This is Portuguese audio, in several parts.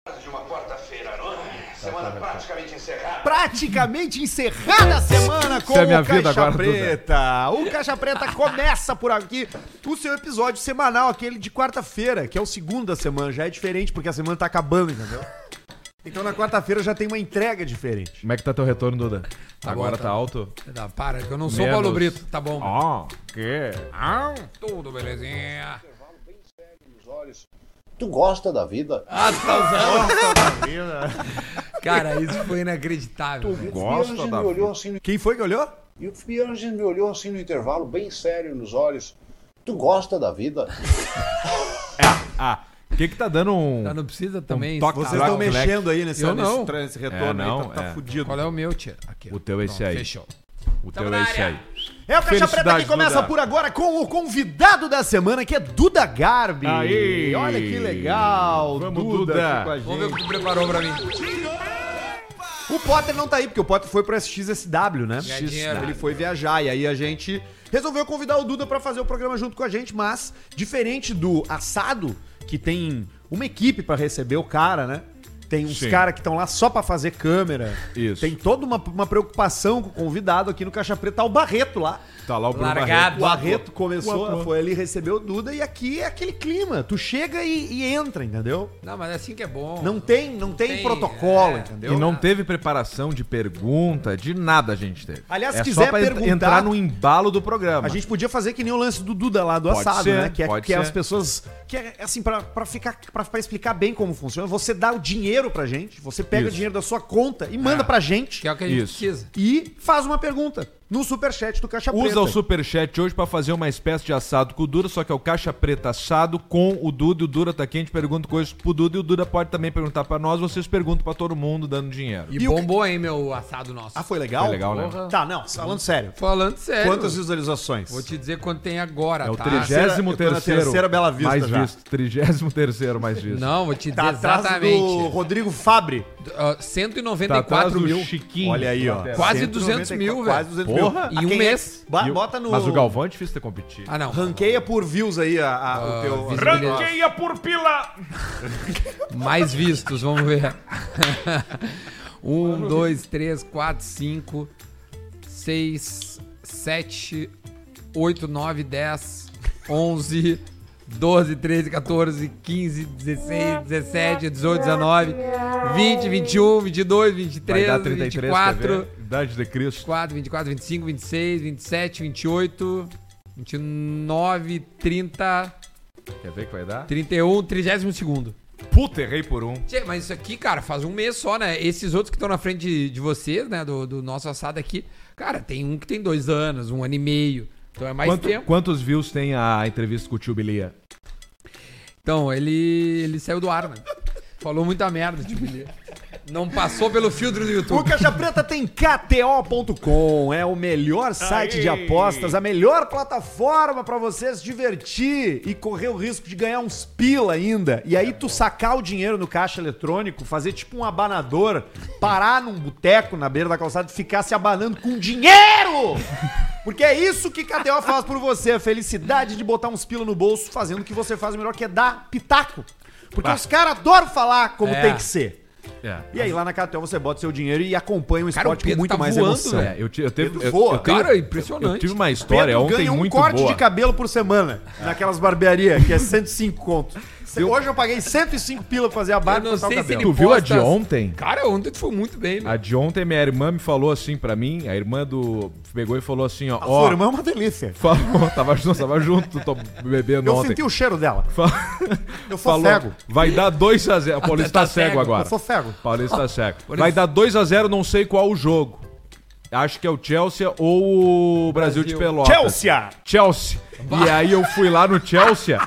De uma quarta-feira, não é? Semana praticamente encerrada. Praticamente encerrada a semana com Isso é minha o vida Caixa agora, Preta. O Caixa Preta começa por aqui o seu episódio semanal, aquele de quarta-feira, que é o segundo da semana. Já é diferente porque a semana tá acabando, entendeu? Então na quarta-feira já tem uma entrega diferente. Como é que tá teu retorno, Duda? Agora bom, tá alto? Tá, para, que eu não sou Menos. Paulo Brito. Tá bom. Ó, que? Tudo belezinha. Tu gosta da vida? Cara, isso foi inacreditável. E o Gosta Fianges da me olhou assim, Quem foi que olhou? e o Fianges me olhou assim no intervalo, bem sério nos olhos. Tu gosta da vida? O que tá dando um... Não precisa também. toque. Vocês Black, estão Black. mexendo aí nesse Eu não. nesse retorno não, aí, tá fudido. Qual é o meu, tia? Aqui. O teu é esse aí. Fechou. O teu é esse aí. É o Caixa Preta que Felicidade, começa Duda. por agora com o convidado da semana, que é Duda Garbi. Aí. Olha que legal. Vamos, Duda. Duda. Aqui com a Vamos ver o gente. que tu preparou pra mim. O Potter não tá aí, porque o Potter foi pro SXSW, né? Ganhar dinheiro. Ele foi viajar, e aí a gente resolveu convidar o Duda pra fazer o programa junto com a gente, mas diferente do Assado, que tem uma equipe pra receber o cara, né? Tem uns Sim. caras que estão lá só pra fazer câmera. Isso. Tem toda uma preocupação com o convidado aqui no Caixa Preta. Tá o Barreto lá. Tá lá o Bruno Largado. O Barreto. Barreto começou, foi ali receber o Duda, e aqui é aquele clima. Tu chega e entra, entendeu? Não, mas é assim que é bom. Não tem tem, protocolo, é. entendeu? E não teve preparação de pergunta, de nada a gente teve. Aliás, é se quiser só pra perguntar- entrar no embalo do programa. A gente podia fazer que nem o lance do Duda lá, do Pode assado, ser, né? Que pode é ser. as pessoas. Que é assim, pra explicar bem como funciona, você dá o dinheiro pra gente, você pega Isso. o dinheiro da sua conta e manda pra gente Que é o que a gente Isso. precisa. e faz uma pergunta no superchat do Caixa Preta. Usa o superchat hoje pra fazer uma espécie de assado com o Duda, só que é o Caixa Preta assado com o Duda, e o Duda tá aqui, a gente pergunta coisas pro Duda, e o Duda pode também perguntar pra nós, vocês perguntam pra todo mundo dando dinheiro. E o bombou, hein, meu assado nosso. Ah, foi legal? Foi legal, né? Porra. Tá, não, falando sério. Falando sério. Quantas visualizações? Vou te dizer quanto tem agora, É o tá? 33º terceira Bela Vista mais já. visto. 33º mais visto. Não, vou te dizer Tá atrás do exatamente. Rodrigo Fabre. Tá atrás 194 do mil. Chiquinho. Olha aí, ó. Quase 200 mil, velho. Quase 200 Porra. mil. Em um Quem é? mês. Bota no... Mas o Galvão é difícil de competir. Ah, não. Ranqueia por views aí o teu... visibilidade. por pila! Mais vistos, vamos ver. 1, 2, 3, 4, 5, 6, 7, 8, 9, 10, 11, 12, 13, 14, 15, 16, 17, 18, 19, 20, 21, 22, Vai 23, dar 33, 24, quer ver? Idade de Cristo. 24, 24, 25, 26, 27, 28, 29, 30, Quer ver que vai dar? 31, 32º. Puta, errei por um. Tchê, mas isso aqui, cara, faz um mês só, né? Esses outros que estão na frente de vocês, né? Do nosso assado aqui. Cara, tem um que tem 2 anos, 1 ano e meio. Então é mais tempo. Quantos views tem a entrevista com o tio Bilia? Então, ele saiu do ar, né? Falou muita merda, tipo, ele não passou pelo filtro do O YouTube. Caixa Preta tem KTO.com, é o melhor site de apostas, a melhor plataforma pra você se divertir e correr o risco de ganhar uns pila ainda. E aí tu sacar o dinheiro no caixa eletrônico, fazer tipo um abanador, parar num boteco na beira da calçada e ficar se abanando com dinheiro! Porque é isso que KTO faz por você, a felicidade de botar uns pila no bolso, fazendo o que você faz melhor, que é dar pitaco. Porque os caras adoram falar como É. tem que ser. É. E aí lá na KTO você bota seu dinheiro e acompanha o Cara, esporte o Pedro com muito tá mais voando, emoção. velho. Eu teve, Pedro voa. Cara, impressionante. Eu tive uma história Pedro ontem ganha um muito corte boa. de cabelo por semana naquelas barbearias, que é 105 conto. Hoje eu paguei 105 pila pra fazer a barba Eu e não cortar o sei se cabelo. ele Tu viu a posta de as- ontem? Cara, ontem tu foi muito bem, né? A de ontem, minha irmã me falou assim pra mim, a irmã do... Pegou e falou assim, ó... A ó sua irmã é uma delícia. falou, tava junto, tô bebendo Eu ontem. senti o cheiro dela. Eu sou Falou, cego. vai dar 2-0. O Paulista tá cego agora. Eu sou cego. O Paulista tá cego. Vai dar 2-0, não sei qual o jogo. Acho que é o Chelsea ou o Brasil de Pelotas. Chelsea. E aí eu fui lá no Chelsea.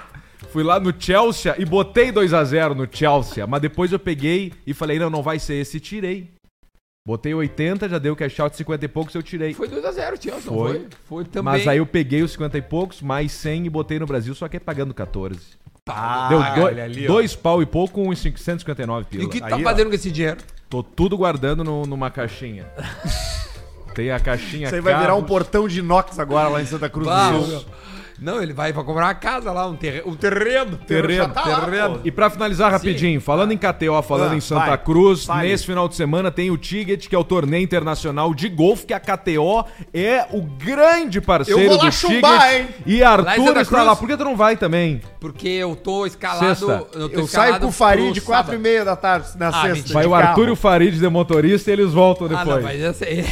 E botei 2-0 no Chelsea. Mas depois eu peguei e falei, não vai ser esse. E tirei. Botei 80, já deu cash out 50 e poucos, eu tirei. Foi 2-0, Chelsea, não Foi. foi? Foi também. Mas aí eu peguei os 50 e poucos, mais 100 e botei no Brasil, só que é pagando 14. Ah, Deu olha ali, ó. 2 pau e pouco, uns 159 pila. E o que tu tá Aí, ó. fazendo com esse dinheiro? Tô tudo guardando numa caixinha. Tem a caixinha Isso aí vai virar um carros. portão de inox agora lá em Santa Cruz Bah, do meu. Sul. Não, ele vai pra comprar uma casa lá, um terreno. Terreno. Terreno. E pra finalizar rapidinho, falando em KTO, falando em Santa Cruz, vai. nesse final de semana tem o Ticket, que é o torneio internacional de golfe, que a KTO é o grande parceiro Eu vou lá do chumbar, Ticket. hein? E Lá em Arthur Santa está Cruz? lá. Por que tu não vai também? Porque eu tô escalado. Sexta. Eu saio com o Farid 4h30 da tarde na sexta. mentira. Vai de o carro. Arthur e o Farid de motorista e eles voltam Ah, depois. não, mas essa aí.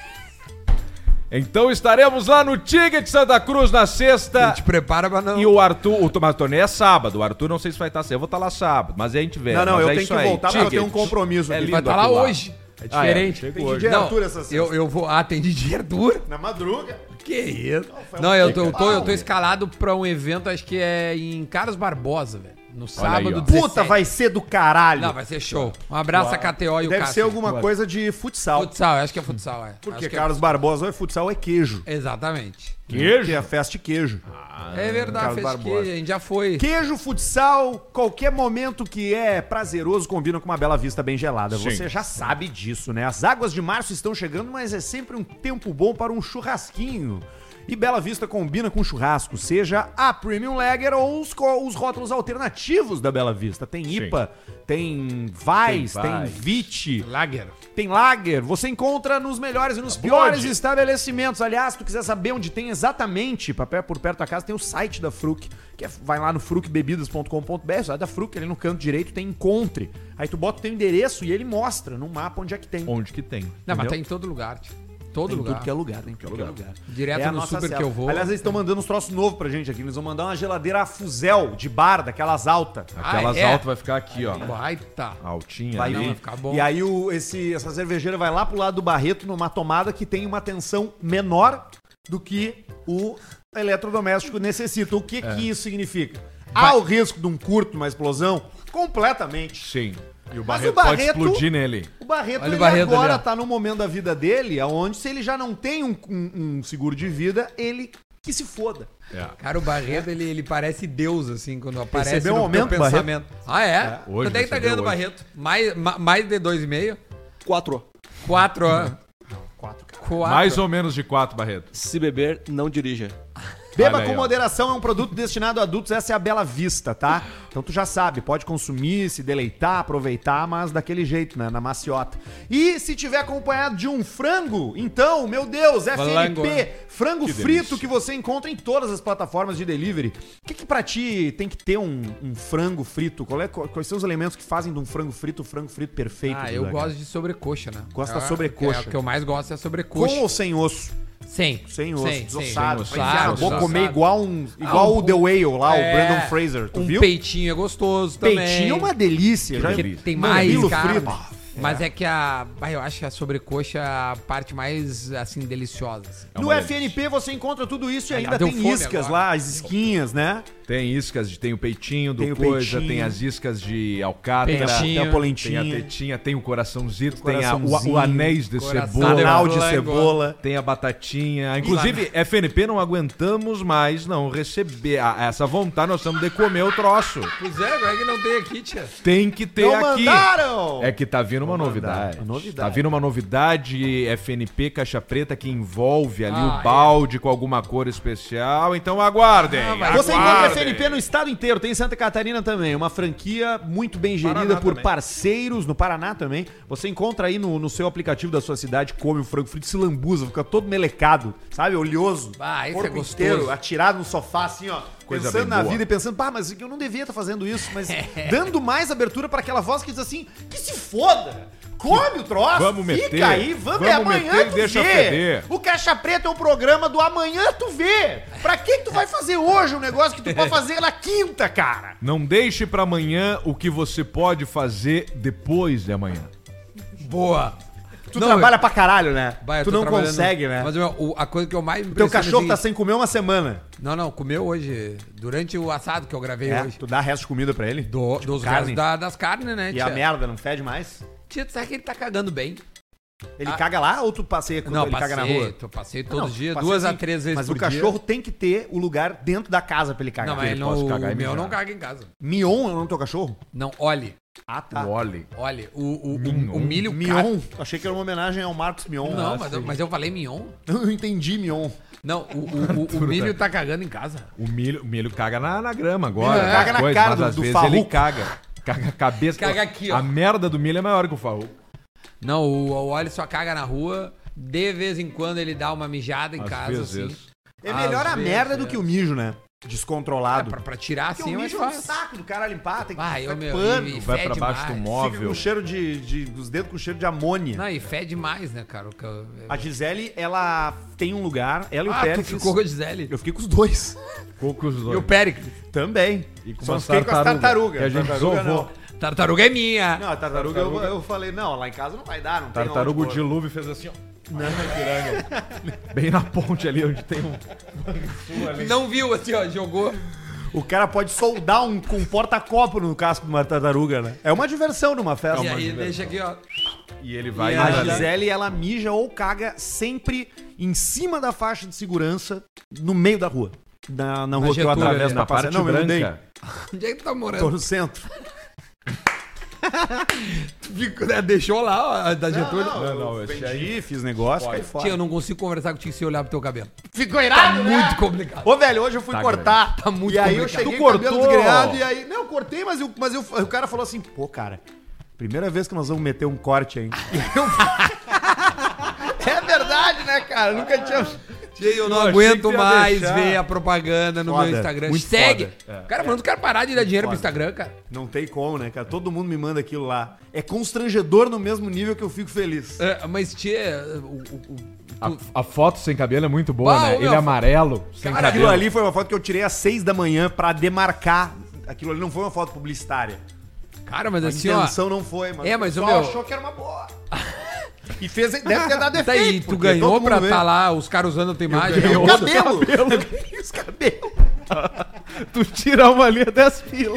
Então estaremos lá no Ticket Santa Cruz na sexta. Te prepara pra não. E o Arthur, mas o torneio é sábado. O Arthur não sei se vai estar. Eu vou estar lá sábado, mas aí a gente vê. Não, Mas eu é tenho isso que aí. voltar porque eu tenho um Ticket. compromisso. É aqui. lindo Vai estar lá aquilo lá. hoje. É Ah, diferente. chega Tem hoje. DJ Não, Arthur essa sexta. eu vou. Ah, tem DJ Arthur? Na madruga. Que isso? Não, eu tô escalado pra um evento, acho que é em Carlos Barbosa, velho. No sábado, aí, ó. 17. Puta, vai ser do caralho. Não, vai ser show. Um abraço a KTO e o Deve Cássio. ser alguma coisa de futsal. Futsal, eu acho que é futsal, é. Porque Acho que Carlos Barbosa ou é futsal ou é queijo. Exatamente. Queijo? Que é a festa de queijo. É verdade, Carlos fez Barbosa. que a gente já foi. Queijo, futsal, qualquer momento que é prazeroso combina com uma bela vista bem gelada. Sim. Você já sabe disso, né? As águas de março estão chegando, mas é sempre um tempo bom para um churrasquinho. E Bela Vista combina com churrasco, seja a Premium Lager ou os rótulos alternativos da Bela Vista. Tem IPA, tem Weiss, tem Vit, Lager. tem Lager. Você encontra nos melhores e nos piores estabelecimentos. Aliás, se tu quiser saber onde tem exatamente, por perto da casa, tem o site da Fruc. Vai lá no frucbebidas.com.br, sai da Fruc, ali no canto direito tem Encontre. Aí tu bota o teu endereço e ele mostra no mapa onde é que tem. Onde que tem? Não, mas Entendeu? tá em todo lugar, tio. Todo Tem lugar. tudo que é lugar, tem tudo que é lugar. Direto É a no nossa super cela. que eu vou. Aliás, eles estão mandando uns troços novos pra gente aqui. Eles vão mandar uma geladeira Fuzel de bar, daquelas altas. Aquelas é? altas vai ficar aqui, ó. Baita. Altinha Vai ali. vir. vai ficar bom. E aí essa cervejeira vai lá pro lado do Barreto, numa tomada que tem uma tensão menor do que o eletrodoméstico necessita. O que que isso significa? Há o risco de um curto, uma explosão? Completamente. Sim. E o Mas Barreto, o Barreto- pode explodir nele. O Barreto, Olha o ele Barreto agora ali, ó. tá num momento da vida dele, onde se ele já não tem um seguro de vida, ele que se foda. Cara, o Barreto, ele parece Deus, assim, quando aparece Recebeu um no teu aumento, pensamento. Ah, é? Hoje Quanto é que tá recebeu ganhando o hoje. Barreto? Mais de 2,5? 4. 4, ó. 4. Mais ou menos de 4, Barreto. Se beber, não dirija. Beba Olha aí, com ó. moderação, é um produto destinado a adultos, essa é a Bela Vista, tá? Então tu já sabe, pode consumir, se deleitar, aproveitar, mas daquele jeito, né? Na maciota. E se tiver acompanhado de um frango, então, meu Deus, Flango, FNP, frango Que frito delícia. que você encontra em todas as plataformas de delivery. O que pra ti tem que ter um frango frito? Quais são os elementos que fazem de um frango frito o frango frito perfeito? Ah, eu Duda, gosto cara? de sobrecoxa, né? Gosta da É, sobrecoxa. O que eu mais gosto é a sobrecoxa. Com ou sem osso? Sem. Sem osso, desossado. Sem Pra osso, enfiar na sem boca, osso. comer igual o The Whale lá, É, o Brandon Fraser. Tu um viu? peitinho é gostoso também. Peitinho é uma delícia. Já Porque delícia. tem Mamilo mais carne. frito. Mas é que eu acho que a sobrecoxa é a parte mais, assim, deliciosa. Assim. No uma FNP você encontra tudo isso e ainda deu tem fome iscas agora. lá, as isquinhas, né? Tem iscas, tem o peitinho do Tem o coisa, peitinho. tem as iscas de alcatra, Peitinho. Tem a tem polentinha, a tetinha, tem o coraçãozito, O tem coraçãozinho, o anéis de coração cebola, de anal de flango. cebola. tem a batatinha. Inclusive, FNP não aguentamos mais não receber essa vontade, nós estamos de comer o troço. Pois é, como é que não tem aqui, tia? Tem que ter Não aqui. mandaram! É que tá vindo uma novidade. Uma novidade. Tá vindo uma novidade FNP Caixa Preta que envolve ali Ah, o balde com alguma cor especial. Então aguardem. Você encontra aguardem. FNP no estado inteiro, tem em Santa Catarina também, uma franquia muito bem gerida Paraná por também. parceiros, no Paraná também. Você encontra aí no seu aplicativo da sua cidade, come o frango frito, se lambuza, fica todo melecado, sabe? Oleoso. Ah, isso é corpo gostoso. inteiro, atirado no sofá, assim, ó. Coisa pensando bem na boa. vida e pensando, pá, mas eu não devia estar fazendo isso, mas dando mais abertura para aquela voz que diz assim, que se foda! Come o troço, Vamos fica meter, aí, vamos vamos amanhã meter e tu deixa vê. feder. O Caixa Preta é um programa do amanhã tu vê. Pra que tu vai fazer hoje um negócio que tu pode fazer na quinta, cara? Não deixe pra amanhã o que você pode fazer depois de amanhã. Boa. Tu trabalha pra caralho, né? Vai, eu Tu tô não trabalhando. consegue, né? Mas a coisa que eu mais me Teu impressiona cachorro é tá o seguinte- sem comer uma semana. Não, comeu hoje, durante o assado que eu gravei hoje. Tu dá resto de comida pra ele? Dos carne? restos das carnes, né, E a merda não fede mais? Tia, tu sabe que ele tá cagando bem? Ele caga lá ou tu passeia quando ele caga na rua? Eu passeio todos os dias, passeio 2 a assim, 3 vezes mas por o dia. cachorro tem que ter o lugar dentro da casa pra ele cagar. Não, mas posso cagar e o meu mijar. não caga em casa. Mion é o nome do teu cachorro? Não, olhe. Ah, tá. O Oli. Olha, o milho Mion. Achei que era uma homenagem ao Marcos Mion. Não, mas eu falei mignon. Eu entendi Mion. Não, o milho tá cagando em casa. O milho caga na grama agora. Milho caga na cara mas às do vezes farruco. ele caga. Caga a cabeça. Caga aqui, ó. A merda do milho é maior que o farruco. Não, o Oli só caga na rua. De vez em quando ele dá uma mijada em Às casa, vezes. assim. É melhor Às a merda vezes, do que o mijo, né? Descontrolado. Pra tirar Porque assim o é mais mijo é um fácil. saco do cara limpar, tem que Vai, ficar ô, meu, pano. e Vai pra fede baixo do mais. móvel. Fica com cheiro os dedos com cheiro de amônia. Não, e fede mais, né, cara? A Gisele, ela tem um lugar, ela e o tu Péricles. ficou com a Gisele. Eu fiquei com os dois. Poucos E o Péricles. Também. E com Só umas fiquei com as tartarugas. que a gente Tartaruga sovou. Tartaruga é minha. Não, a tartaruga eu falei, não, lá em casa não vai dar, não tem Tartaruga o onde pôr. dilúvio fez assim, ó. Bem na ponte ali, onde tem um... Não viu, assim, ó, jogou. O cara pode soldar um porta-copo no casco de uma tartaruga, né? É uma diversão numa festa. E aí deixa aqui, ó. E ele vai... A indo, né? Gisele, ela mija ou caga sempre em cima da faixa de segurança, no meio da rua. Na rua que eu Getúlio, atravesso ali, pra Na parte passar. Não, eu mudei. branca. Onde é que tu tá Tô morando? no centro. Deixou lá, ó, da Getúlio. Não, esse Vendi, fiz negócio, caí fora. Tia, eu não consigo conversar contigo sem olhar pro teu cabelo. Ficou irado, Tá muito complicado. Ô, velho, hoje eu fui Tá cortar. Tá muito E aí eu complicado. cheguei Tu com o cabelo cortou? desgrenhado e aí... Não, eu cortei, mas o cara falou assim, pô, cara, primeira vez que nós vamos meter um corte, hein? É verdade, né, cara? Nunca tinha... Tia, eu não Eu achei aguento que tu ia mais deixar. ver a propaganda no Foda, meu Instagram. muito Segue. foda. Cara, mano, tu quer parar de dar dinheiro pro foda. Instagram, cara. Não tem como, né, cara? Todo mundo me manda aquilo lá. É constrangedor no mesmo nível que eu fico feliz. Mas, tia, A foto sem cabelo é muito boa, Bah, né? ô, meu, Ele é amarelo, sem Cara, aquilo cabelo. ali foi uma foto que eu tirei às 6 da manhã pra demarcar. Aquilo ali não foi uma foto publicitária. Cara, mas A assim, ó. intenção não foi, mas É, mas o o pessoal meu- achou que era uma boa. E fez, deve ter dado Tá aí, efeito. tu porque ganhou todo pra mundo vê. estar lá, os caras usando a tua imagem. Ganhei Eu- o cabelo. Eu ganhei os cabelos. Tu tira uma linha 10 pila.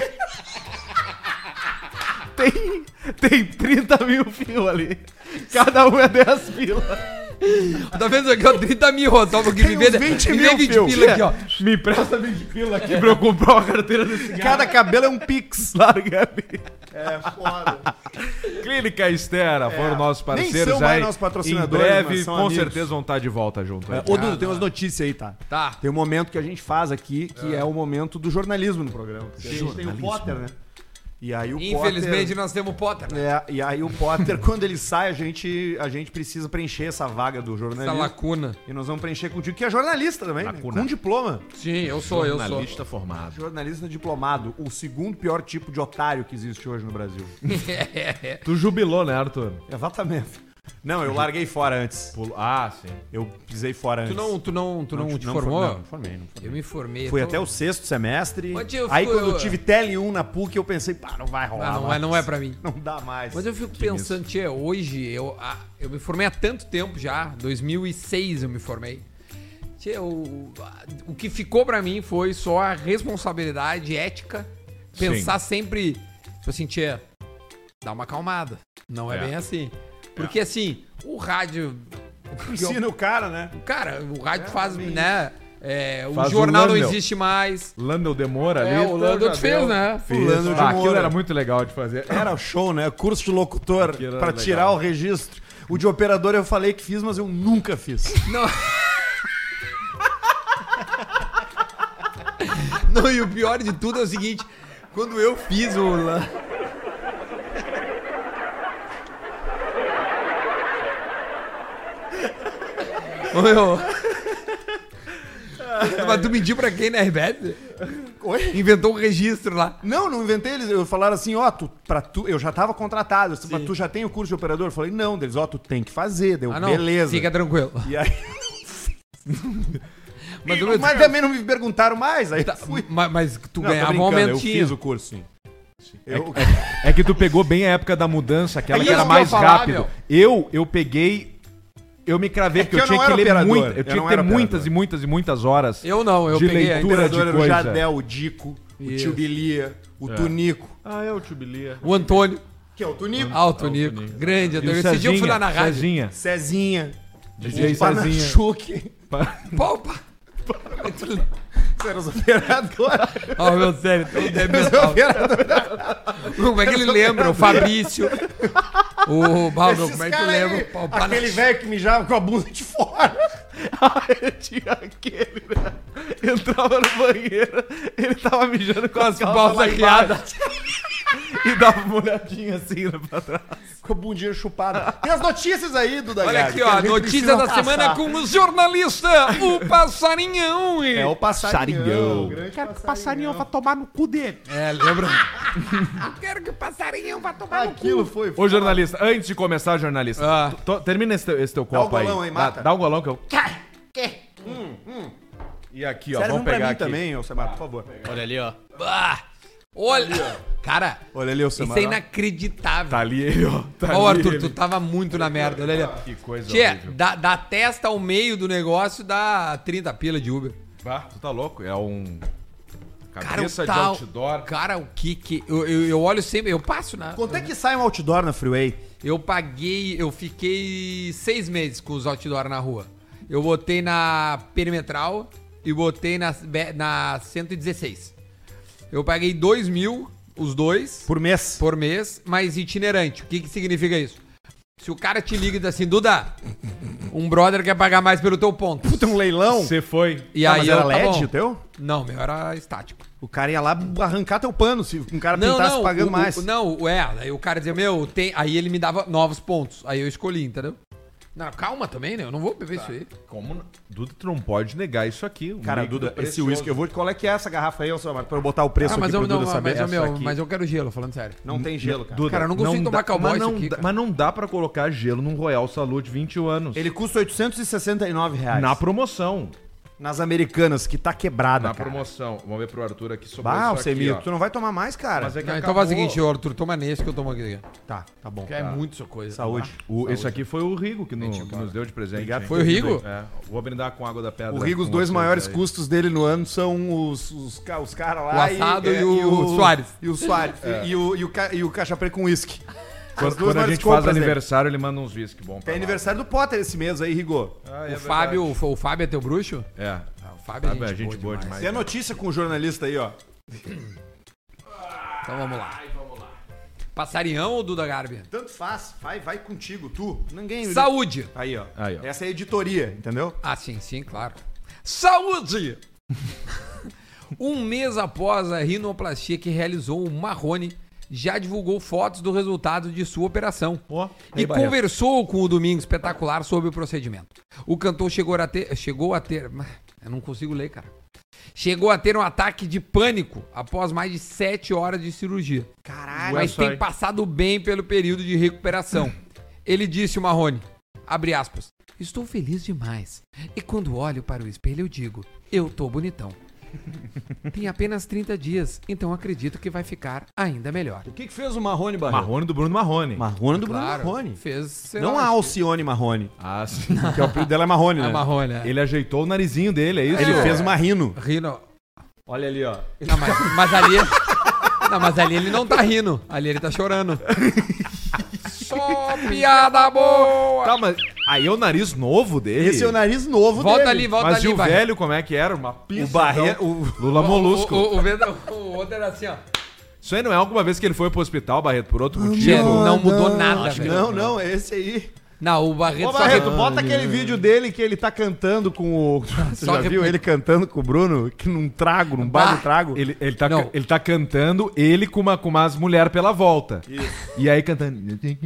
Tem 30 mil fios ali. Cada um é 10 pila. Tá vendo aqui, ó? 30 mil, ó. Toma aqui, Tem me vê uns 20 me mil, vê 20 fio. pila aqui, ó. Me empresta 20 pila aqui pra eu comprar uma carteira desse cara. Cada cabelo é um pix. Larga ali. É foda. Clínica Estera foram nossos Nem parceiros são mais aí. nossos Em patrocinadores, breve, mas são com amigos. certeza, vão estar de volta junto. aí. Ô, Dudu, tem umas notícias aí, tá? Tá. Tem um momento que a gente faz aqui, que é o momento do jornalismo no programa. Porque a gente tem o Potter, né? E aí o Infelizmente, Potter... nós temos o Potter, né? É, e aí o Potter, quando ele sai, a gente precisa preencher essa vaga do Essa jornalismo. lacuna. E nós vamos preencher contigo, que é jornalista também, né? Lacuna. Com diploma. Sim, eu sou. Jornalista formado. Jornalista diplomado. O segundo pior tipo de otário que existe hoje no Brasil. Tu jubilou, né, Arthur? Exatamente. Não, eu larguei fora antes. Ah, sim. Eu pisei fora antes. Tu não te formou? Não formei. Eu me formei. Fui tô- até o 6º semestre. Mas, tio, eu Aí fico- quando eu tive TL1 na PUC, eu pensei, pá, não vai rolar. Não é pra mim. Não dá mais. Mas eu fico pensando, tia, hoje eu me formei há tanto tempo já, 2006 eu me formei. Tia, o que ficou pra mim foi só a responsabilidade ética, pensar sempre, tipo assim, tia, dá uma acalmada. Não é bem assim. Porque assim, o rádio... Ensina o cara, né? Cara, o rádio faz, né? O Faz o jornal não Landel. existe mais. Landel Demora ali. O Landel já te fez, deu. né? Fulano de Aquilo Moura. era muito legal de fazer. Era o show, né? Curso de locutor Aquilo era pra legal. tirar o registro. O de operador eu falei que fiz, mas eu nunca fiz. Não. Não, e o pior de tudo é o seguinte, quando eu fiz o... Ô, meu... Mas tu mentiu pra quem na RBS? Oi? Inventou um registro lá. Não inventei. Eles falaram assim, ó, eu já tava contratado. Assim, mas tu já tem o curso de operador? Eu falei, não. Deles, ó, tu tem que fazer. Deu, beleza. Fica tranquilo. E aí... Mas, Mas também não me perguntaram mais. Aí Tá, fui. mas tu Não, tô ganhava um brincando, eu aumentinho. fiz o curso, sim. É que tu pegou bem a época da mudança, aquela É que era isso que eu mais ia falar, rápido. meu. Eu peguei. Eu me cravei, É porque que eu eu tinha não que era ler operador, muito. eu Eu tinha não que ter era muitas operador. e muitas e muitas horas Eu não, eu de peguei a leitura de Operador era o coisa. Jadel, o Dico, o Isso. Tio Bilia, o Tunico. Ah, é o Tio Bilia. O Antônio. Que é o Tunico. Alto Nico. Grande. Esse dia eu fui lá na rádio. Cezinha. DJ Cezinha. Panachuque. Opa. Você era os operadores. Ó, meu sério, tão demental. Como é que ele lembra? O Fabrício. O Baldo, como é que tu lembra? Aquele velho que mijava com a bunda de fora. Tinha aquele, né? Entrava no banheiro, ele tava mijando com as balsas arqueadas. E dava uma olhadinha assim pra trás. Com a bundinha chupada. Tem as notícias aí, Duda Olha Garbi, aqui, que ó. a gente Notícia precisa da passar. semana com o jornalista, o Passarinhão. É o passarinhão. Quero que o passarinho vá tomar no cu dele. É, lembra? Quero que o Passarinhão vá tomar Aquilo foi. Ô, jornalista, antes de começar, jornalista, termina esse teu copo golão aí. aí, mata. Dá um golão que eu... E aqui, ó, Serve vamos um pra pegar mim aqui. também, ô Samar, por favor. Olha ali, ó. Olha, cara, Olha ali o isso Samar. é inacreditável. Tá ali ele, ó. Tá Ó, ali Arthur, ele. tu tava muito na merda, olha ali. ó. Que coisa Tchê, horrível. da testa ao meio do negócio dá 30 pila de Uber. Ah, tu tá louco? É um... Cara, Cabeça o de tal, outdoor. cara, o que eu olho sempre, eu passo na... Quanto é que sai um outdoor na Freeway? Eu fiquei 6 meses com os outdoor na rua. Eu botei na Perimetral e botei na 116. Eu paguei 2 mil, os dois, Por mês. por mês, mas itinerante. O que significa isso? Se o cara te liga e diz assim, Duda, um brother quer pagar mais pelo teu ponto. Puta, um leilão. Você foi... E Ah, aí mas eu, era tá LED bom. o teu? Não, meu era estático. O cara ia lá arrancar teu pano se um cara pintasse pagando mais. Aí o cara dizia, aí ele me dava novos pontos. Aí eu escolhi, entendeu? Não, calma também, né? Eu não vou beber isso aí. Como... Duda, tu não pode negar isso aqui. Um Cara, líquido Duda, esse precioso. uísque, eu vou... Qual é que é essa garrafa aí, ô Samar? Pra eu botar o preço aqui pro Duda saber. Mas eu quero gelo, falando sério. Não tem gelo, cara. Duda, Cara, eu não consigo tomar cowboy mas isso não aqui, dá- cara. Mas não dá pra colocar gelo num Royal Salute 21 anos. Ele custa R$869. Na promoção. Nas Americanas, que tá quebrada, Na cara. promoção. Vamos ver pro Arthur aqui sobre Bah, isso aqui, Semiro, ó. tu não vai tomar mais, cara. Mas é que Não, então acabou. faz o seguinte, ô, Arthur, toma nesse que eu tomo aqui. Tá bom. Que é muito essa coisa. Saúde. Esse aqui foi o Rigo que nos deu de presente. Obrigado. hein? Foi o Rigo? É. Vou brindar com água da pedra. O Rigo, os com dois vocês maiores aí. custos dele no ano são os caras lá. O assado e o Soares. E o Soares. E o Caixa Preta com uísque. Quando a gente faz aniversário, ele manda uns whisky bom pra Tem nós. ário do Potter esse mês aí, Rigo. Ah, é O Fábio é teu bruxo? É. O Fábio Sabe, é gente boa demais. Tem a notícia com o jornalista aí, ó. Então vamos lá. Passarinhão ou Duda Garbi? Tanto faz. Vai contigo, tu. Ninguém... Saúde. Aí, ó. Aí, ó. Essa é a editoria, entendeu? Ah, sim, claro. Saúde! Um mês após a rinoplastia que realizou, o Marrone já divulgou fotos do resultado de sua operação. E conversou com o Domingo Espetacular sobre o procedimento. O cantor chegou a ter... Eu não consigo ler, cara. Chegou a ter um ataque de pânico após mais de 7 horas de cirurgia. Caralho. Mas tem passado bem pelo período de recuperação. Ele disse, o Marrone, abre aspas, estou feliz demais. E quando olho para o espelho eu digo, eu tô bonitão. Tem apenas 30 dias, então acredito que vai ficar ainda melhor. O que fez o Marrone, Barreto? Marrone do Bruno Marrone. Marrone do Bruno Claro, Marrone. fez... sei Não lá, a acho Alcione Marrone. Ah, sim. Que o apelido dela é Marrone, que- né? É Marrone, é. Ele ajeitou o narizinho dele, é isso? Ele fez uma rino. Rino... Olha ali, ó. Não, mas ali... Não, mas ali ele não tá rindo. Ali ele tá chorando. Só piada boa! Tá, mas aí é o nariz novo dele. Esse é o nariz novo Volta dele. ali, volta Mas ali, e o Barreto. velho, como é que era? Uma pista. O Barreto... então. Lula Molusco. O outro era assim, ó. Isso aí não é alguma vez que ele foi pro hospital, Barreto, por outro motivo? Tchê, não mudou nada, velho. Não, é esse aí. Não, o Barreto Ô, só... Barreto, bota aquele vídeo dele que ele tá cantando com o... Você Só já viu ele cantando com o Bruno? Que num trago, num bar de trago. Ele Não. tá cantando, ele com umas mulheres pela volta. Isso. E aí cantando.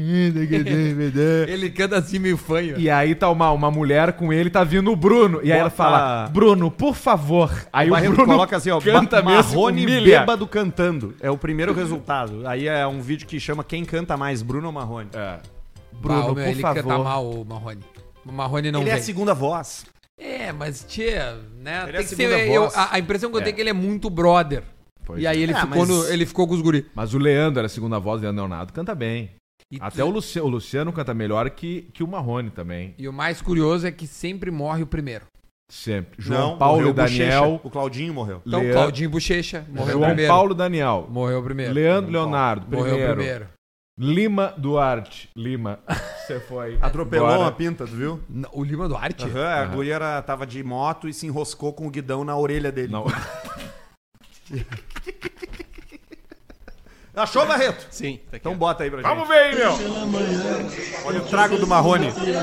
Ele canta assim meio fanho. E aí tá uma mulher com ele, tá vindo o Bruno. E aí ela fala, Bruno, por favor. Aí O o Barreto Bruno coloca assim, ó, canta mesmo, Marrone humilha. bêbado cantando. É o primeiro resultado. Aí é um vídeo que chama Quem Canta Mais, Bruno ou Marrone? É. Bruno, Bruno, por ele favor. canta mal, o Marrone. O Marrone não Ele é vem. a segunda voz. É, mas, tia, né? Ele Tem é que segunda ser... voz. A impressão que eu tenho é que ele é muito brother. Pois E aí ele, É, ficou mas- ele ficou com os guri. Mas o Leandro era a segunda voz, o Leandro Leonardo canta bem. E Até o Luciano canta melhor que o Marrone também. E o mais curioso é que sempre morre o primeiro. Sempre. Não, João Paulo morreu e o Bochecha. Daniel. O Claudinho morreu. Então, Leandro- Claudinho Bochecha morreu João primeiro. Paulo e Daniel. Morreu primeiro. Leandro Leonardo, Morreu primeiro. primeiro. Lima Duarte. Lima. Você foi. Atropelou Bora. uma pinta, tu viu? O Lima Duarte? A guria tava de moto e se enroscou com o guidão na orelha dele. Não. Achou, Barreto? Sim. Tá aqui. Então bota aí pra gente. Vamos ver aí, meu. Olha o trago do Marrone.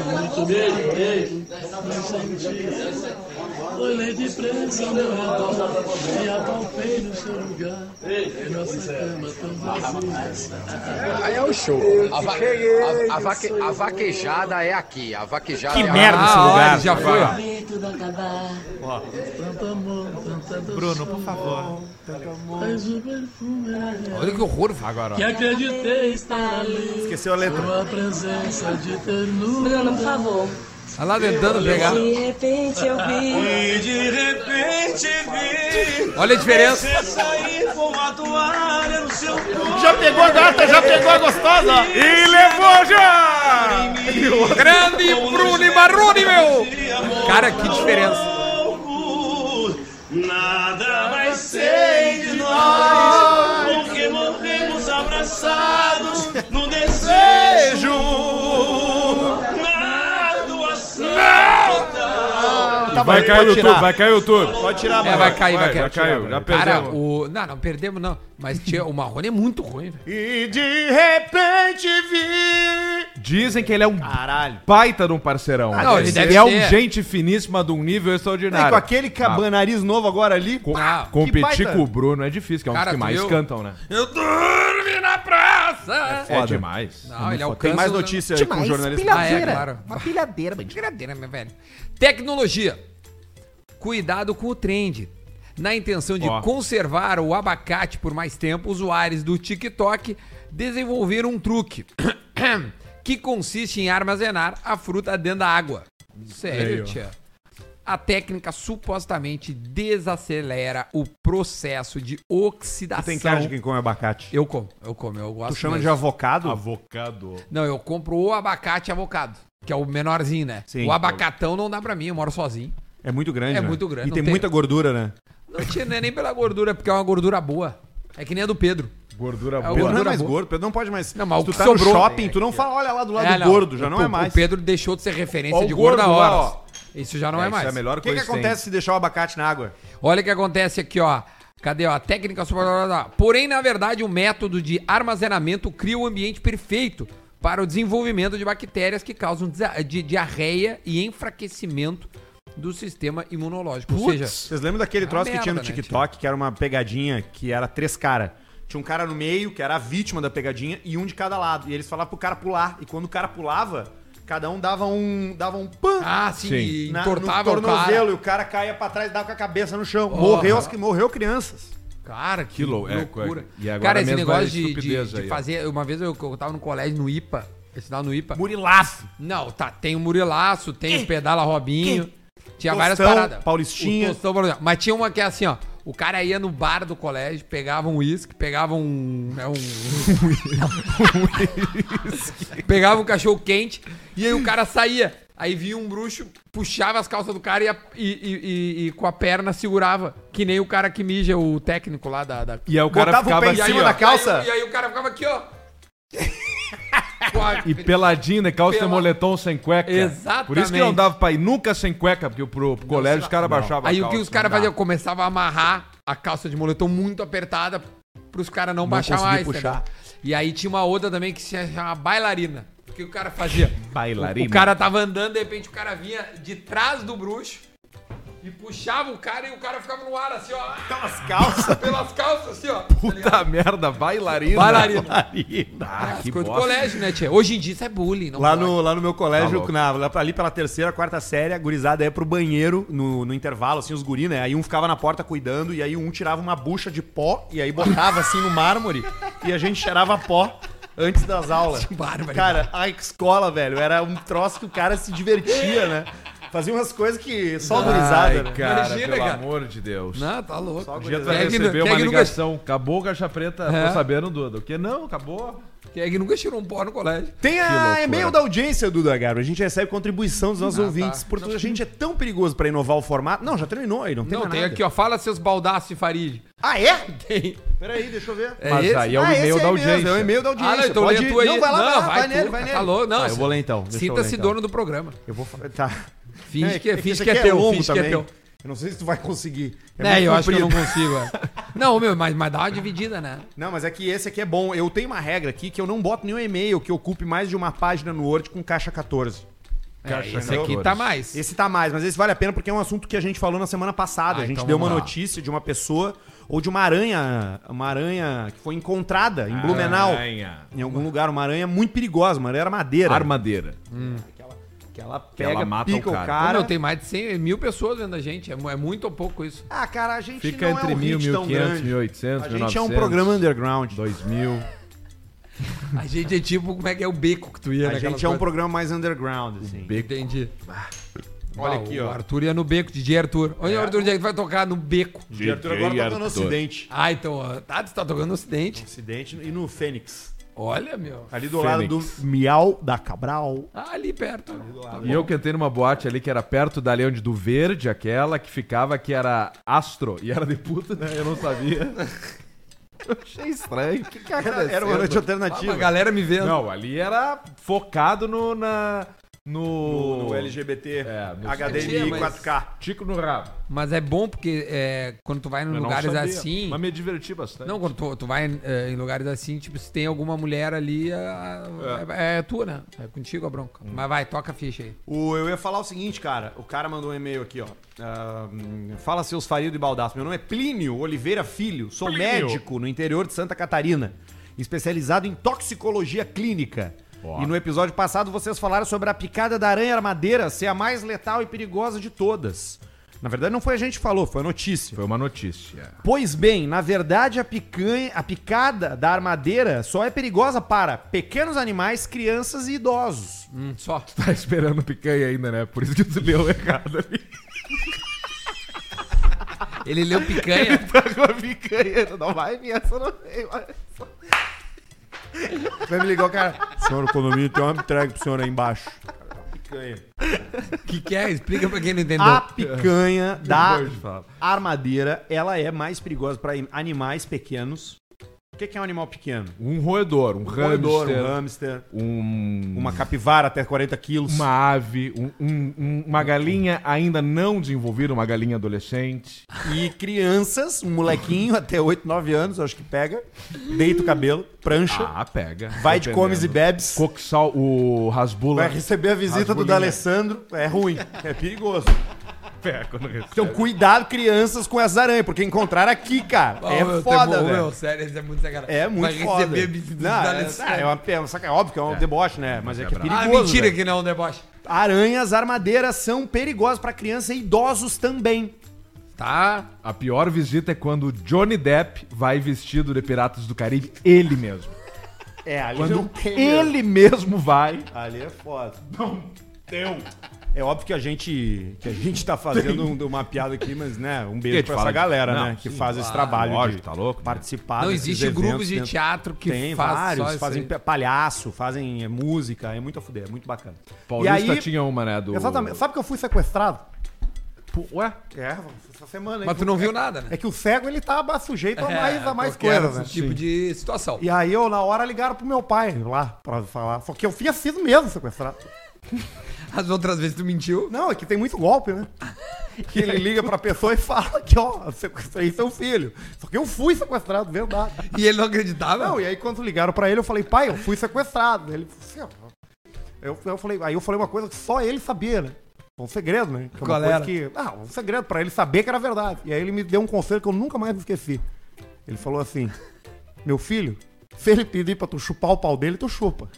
Olhei de presa ao meu redor e apalpei no seu lugar. Em nossa cama tão vazia. Aí é o show. A vaquejada é aqui. A vaquejada Que é merda esse lugar. Já foi, ó. Tudo acabar. Tanto amor, tanta doçura. Bruno, por favor. Mas o perfume era Olha que horror. Agora, que acreditei estar ali. Esqueceu a letra. Sua presença de ternura. Bruno, por favor. Olha lá tentando pegar. De repente eu vi. E de repente vi. Olha a diferença. Você sair com a toalha no seu corpo. Já pegou a gata, já pegou a gostosa. E levou já! Grande Bruno e Marrone, meu! Cara, que diferença. Nada vai ser de nós, porque morremos abraçados no desejo. Na doação. Vai cair o YouTube, vai cair o YouTube. Pode tirar a mão. Vai cair. Já caiu, já Cara, perdemos. Não perdemos não. Mas o Marrone é muito ruim, velho. E de repente vi. Dizem que ele é um Caralho. baita de um parceirão. Não, ele deve é um ser. gente finíssima de um nível E extraordinário. com aquele nariz novo agora ali. Ah, Competir baita. com o Bruno é difícil, que é um Cara, dos que tu mais viu? cantam, né? Eu dormi na praça. É demais. Não, ele é o Tem mais notícia aí com o jornalista. Ah, é, claro. Uma pilhadeira, meu velho. Tecnologia. Cuidado com o trend. Na intenção de Ó. conservar o abacate por mais tempo, usuários do TikTok desenvolveram um truque que consiste em armazenar a fruta dentro da água. Sério, tia? A técnica supostamente desacelera o processo de oxidação. Tu tem cara de quem come abacate. Eu como, eu gosto. Tu chama mesmo. de avocado? Avocado. Não, eu compro o abacate avocado, que é o menorzinho, né? Sim. O abacatão não dá pra mim, eu moro sozinho. É muito grande, É né? muito grande, E não tem tem- muita gordura, né? Não é nem pela gordura, porque é uma gordura boa. É que nem a do Pedro. Gordura É boa. o Pedro não é gordura mais boa. gordo. Pedro não pode mais. Não, mas Se o tu que tá sobrou- no shopping, tu não fala, olha lá do lado não. gordo, já não é mais. O Pedro deixou de ser referência Ó, o de gordo há gordo lá, horas. ó. Isso já não é Isso mais. é a melhor O que coisa que acontece se deixar o abacate na água? Olha o que acontece aqui, ó. Cadê, ó? A técnica super... Porém, na verdade, o método de armazenamento cria o ambiente perfeito para o desenvolvimento de bactérias que causam diarreia e enfraquecimento do sistema imunológico. Ou seja, Vocês lembram daquele É uma troço que tinha no merda, né, TikTok, que era uma pegadinha, que era 3 caras? Tinha um cara no meio, que era a vítima da pegadinha, e um de cada lado. E eles falavam pro cara pular. E quando o cara pulava, cada um dava um pam ah, sim, Sim. e no entortava o tornozelo. cara. E o cara caía pra trás e dava com a cabeça no chão. Oh. Morreu crianças. Cara, que É, loucura. e agora Cara, esse mesmo negócio é estupidez de aí, ó. fazer... Uma vez eu tava no colégio, no IPA. Eu estudava no IPA. Murilaço. Não, tá, tem o Murilaço, tem o Pedala Robinho. Tinha várias Tostão, paradas. Paulistinha. O Tostão, por exemplo. Mas tinha uma que é assim, ó. O cara ia no bar do colégio, pegava um uísque, pegava pegava um cachorro quente e aí o cara saía. Aí vinha um bruxo, puxava as calças do cara e com a perna segurava. Que nem o cara que mija, o técnico lá da... E aí o cara Botava o ficava pé em assim, cima ó, da calça. E aí o cara ficava aqui, ó. Com a- E peladinho, né? Calça Pela- de moletom sem cueca. Exatamente. Por isso que não dava pra ir nunca sem cueca, porque pro colégio os caras baixavam Aí a o que os calça, caras não dá. faziam? Começava a amarrar a calça de moletom muito apertada pros caras não baixar conseguir mais. puxar. Entendeu? E aí tinha uma outra também que se chama bailarina. O que o cara fazia? Bailarina. O cara tava andando, de repente o cara vinha de trás do bruxo e puxava o cara e o cara ficava no ar assim, ó. Pelas calças. Pelas calças, assim, ó. Puta merda, bailarina. Bailarina. Ah, As que coisas do bosta. colégio, né, tia? Hoje em dia isso é bullying. Não Lá pode. no meu colégio, Tá lá ali pela 3ª, 4ª série, a gurizada ia pro banheiro no intervalo, assim, os guri, né? Aí um ficava na porta cuidando, e aí um tirava uma bucha de pó, e aí botava assim no mármore, e a gente cheirava pó antes das aulas. Bárbaro. Cara, a escola, velho, era um troço que o cara se divertia, né? Fazia umas coisas que só a gurizada, Ai, né? cara, Imagina, pelo cara. amor de Deus. Não, tá louco. Só Um dia tu gurizada. vai Quem é que receber nu- uma quem é que nunca- ligação. Acabou o Caixa Preta. É. Tô sabendo do que? Não, acabou. Quem é que nunca tirou um pó no colégio? Tem a e-mail da audiência, Duda Garbo. A gente recebe contribuição dos nossos ouvintes. Tá. Porque a gente é tão perigoso pra inovar o formato. Não, já terminou aí, não tem mais tem nada. aqui, ó. Fala seus baldaços de Farid. Ah, é? Tem. Peraí, deixa eu ver. Mas esse? aí é o e-mail da audiência. Mesmo, é o e-mail da audiência. Ah, não, então Pode lê tu aí. Não, vai lá, vai tu. nele, vai nele. Falou, não. Eu vou ler então. Deixa eu ler, Sinta-se então. dono do programa. Eu vou... Tá. Finge que esse é aqui teu, longo finge que é também. teu. Eu não sei se tu vai conseguir. É, eu acho que eu não comprido. consigo. Não, meu, mas dá uma dividida, né? Não, mas é que esse aqui é bom. Eu tenho uma regra aqui que eu não boto nenhum e-mail que ocupe mais de uma página no Word com caixa 14. Esse aqui tá mais. Esse tá mais, mas esse vale a pena porque é um assunto que a gente falou na semana passada. A gente então deu vamos uma lá. notícia de uma pessoa ou de uma aranha que foi encontrada em Blumenau. Em algum lugar, uma aranha muito perigosa, uma aranha madeira. Armadeira. Que ela pega, ela mata pica o o cara. cara. Meu, tem mais de 100 mil pessoas vendo a gente. É muito ou pouco isso. Ah, cara, a gente Fica não entre é um 1.000, hit tão 1.500, grande. 1.800, A gente é um 1.900, programa underground. 2.000. A gente é tipo, como é que é o beco que tu ia, A né? gente é um programa mais underground, assim. Entendi. Olha aqui, O ó. Arthur ia no beco, DJ Arthur. Onde o Arthur onde é que tu vai tocar? No beco. O Arthur agora tá no Ocidente. Ah, então, ó. Tá, tu tá tocando no Ocidente. Ocidente e no Fênix. Olha, meu. Ali do lado do Miau da Cabral. Ah, ali perto. E eu que entrei numa boate ali que era perto da Leão do Verde, aquela que ficava, que era Astro. E era de puta, né? Eu não sabia. Eu achei estranho. O que que aconteceu? Era uma noite Ah, alternativa. a galera me vendo. Não, ali era focado no LGBT, no HDMI mas- 4K. Tico no rabo. Mas é bom porque quando tu vai em Eu não lugares sabia, assim... Mas me diverti bastante. Não, quando tu vai em lugares assim, tipo, se tem alguma mulher ali, é tua, né? É contigo a bronca. Mas vai, toca a ficha aí. Eu ia falar o seguinte, cara. O cara mandou um e-mail aqui, ó. Fala seus farido e baldaço. Meu nome é Plínio Oliveira Filho. Sou médico no interior de Santa Catarina. Especializado em toxicologia clínica. Ó. E no episódio passado vocês falaram sobre a picada da aranha armadeira ser a mais letal e perigosa de todas. Na verdade não foi a gente que falou, foi a notícia. Foi uma notícia. Pois bem, na verdade a picada da armadeira só é perigosa para pequenos animais, crianças e idosos. Só. Tá esperando picanha ainda, né? Por isso que tu leu errado ali. Ele leu picanha. Tá com a picanha. Não vai vir essa, não tem mais. Vai me ligar o cara. Senhor, o condomínio tem uma entrega pro senhor aí embaixo. Picanha. Que é? Explica pra quem não entendeu. A picanha da gosto de falar. armadeira, ela é mais perigosa para animais pequenos. O que é um animal pequeno? Um roedor, um Hamster, uma capivara até 40 quilos. uma ave, uma galinha ainda não desenvolvida, uma galinha adolescente. E crianças, um molequinho até 8, 9 anos, eu acho que pega, deita o cabelo, prancha, Ah, pega. vai de comes e bebes, Coxal, o Rasbula. vai receber a visita do Rasbulinha. D'Alessandro, é ruim, é perigoso. Pega quando recebe. Então cuidado, crianças, com essas aranhas, porque encontraram aqui, cara, é foda, velho. Meu, sério, isso é muito sacanagem. É muito Vai foda. receber visita do Não, D'Alessandro. é óbvio que é um deboche, né? Mas é que é perigoso. Ah, mentira velho. que não é um deboche. Aranhas armadeiras são perigosas pra criança e idosos também. Tá. A pior visita é quando o Johnny Depp vai vestido de Piratas do Caribe, ele mesmo. É, ali Quando ele mesmo vai. Ali é foda. Não deu. É óbvio que a gente tá fazendo uma piada aqui, mas, né, um beijo Que pra fala essa de- galera, Não, né, que sim, faz esse trabalho lógico, de tá louco, né? participar Não desses existe eventos grupos de dentro- teatro que Tem faz vários, só isso fazem aí. palhaço, fazem música, é muito a fuder, é muito bacana. Paulista e aí, tinha uma, né? Do... exatamente, sabe que eu fui sequestrado? Ué? É, essa semana. Mas tu não viu nada, né? É que o cego, ele tá sujeito a mais qualquer coisas, né? tipo de situação. E aí eu, na hora, ligaram pro meu pai lá pra falar. Só que eu tinha sido mesmo sequestrado. As outras vezes tu mentiu. Não, é que tem muito golpe, né? Que ele liga pra pessoa e fala que, ó, sequestrei seu filho. Só que eu fui sequestrado, verdade. E ele não acreditava? Não, e aí quando ligaram pra ele, eu falei, pai, eu fui sequestrado. Ele falou assim, eu falei, aí eu falei uma coisa que só ele sabia, né? Um segredo, né? Que é uma Qual coisa era? que. Um segredo pra ele saber que era verdade. E aí ele me deu um conselho que eu nunca mais me esqueci. Ele falou assim: meu filho, se ele pedir pra tu chupar o pau dele, tu chupa.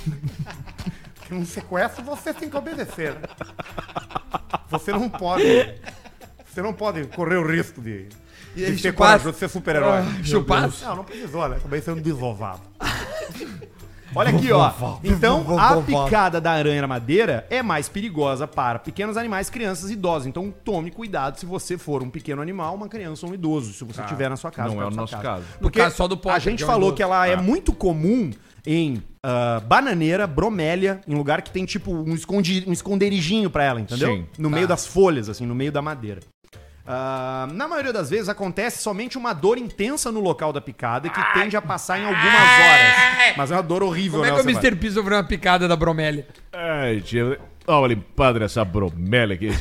Porque num sequestro você tem que obedecer, né? Você não pode correr o risco de ele ser chupasse? corajoso, de ser super-herói. Chupasse? Não precisou, né? Acabei sendo desovado. Olha aqui, ó. Então, a picada da aranha-madeira é mais perigosa para pequenos animais, crianças e idosos. Então, tome cuidado se você for um pequeno animal, uma criança ou um idoso, se você tiver na sua casa. Não é o perto da nosso sua caso. Porque No caso só do Potter, a gente que é um falou idoso. que ela é muito comum em bananeira, bromélia, em lugar que tem tipo um esconderijinho pra ela, entendeu? Sim. No meio das folhas, assim, no meio da madeira. Na maioria das vezes acontece somente uma dor intensa no local da picada que tende a passar em algumas horas. Mas é uma dor horrível, Como é né? que o Alcemar? Mr. P sofreu uma picada da bromélia? Ai, tia, dá uma limpada nessa bromélia aqui.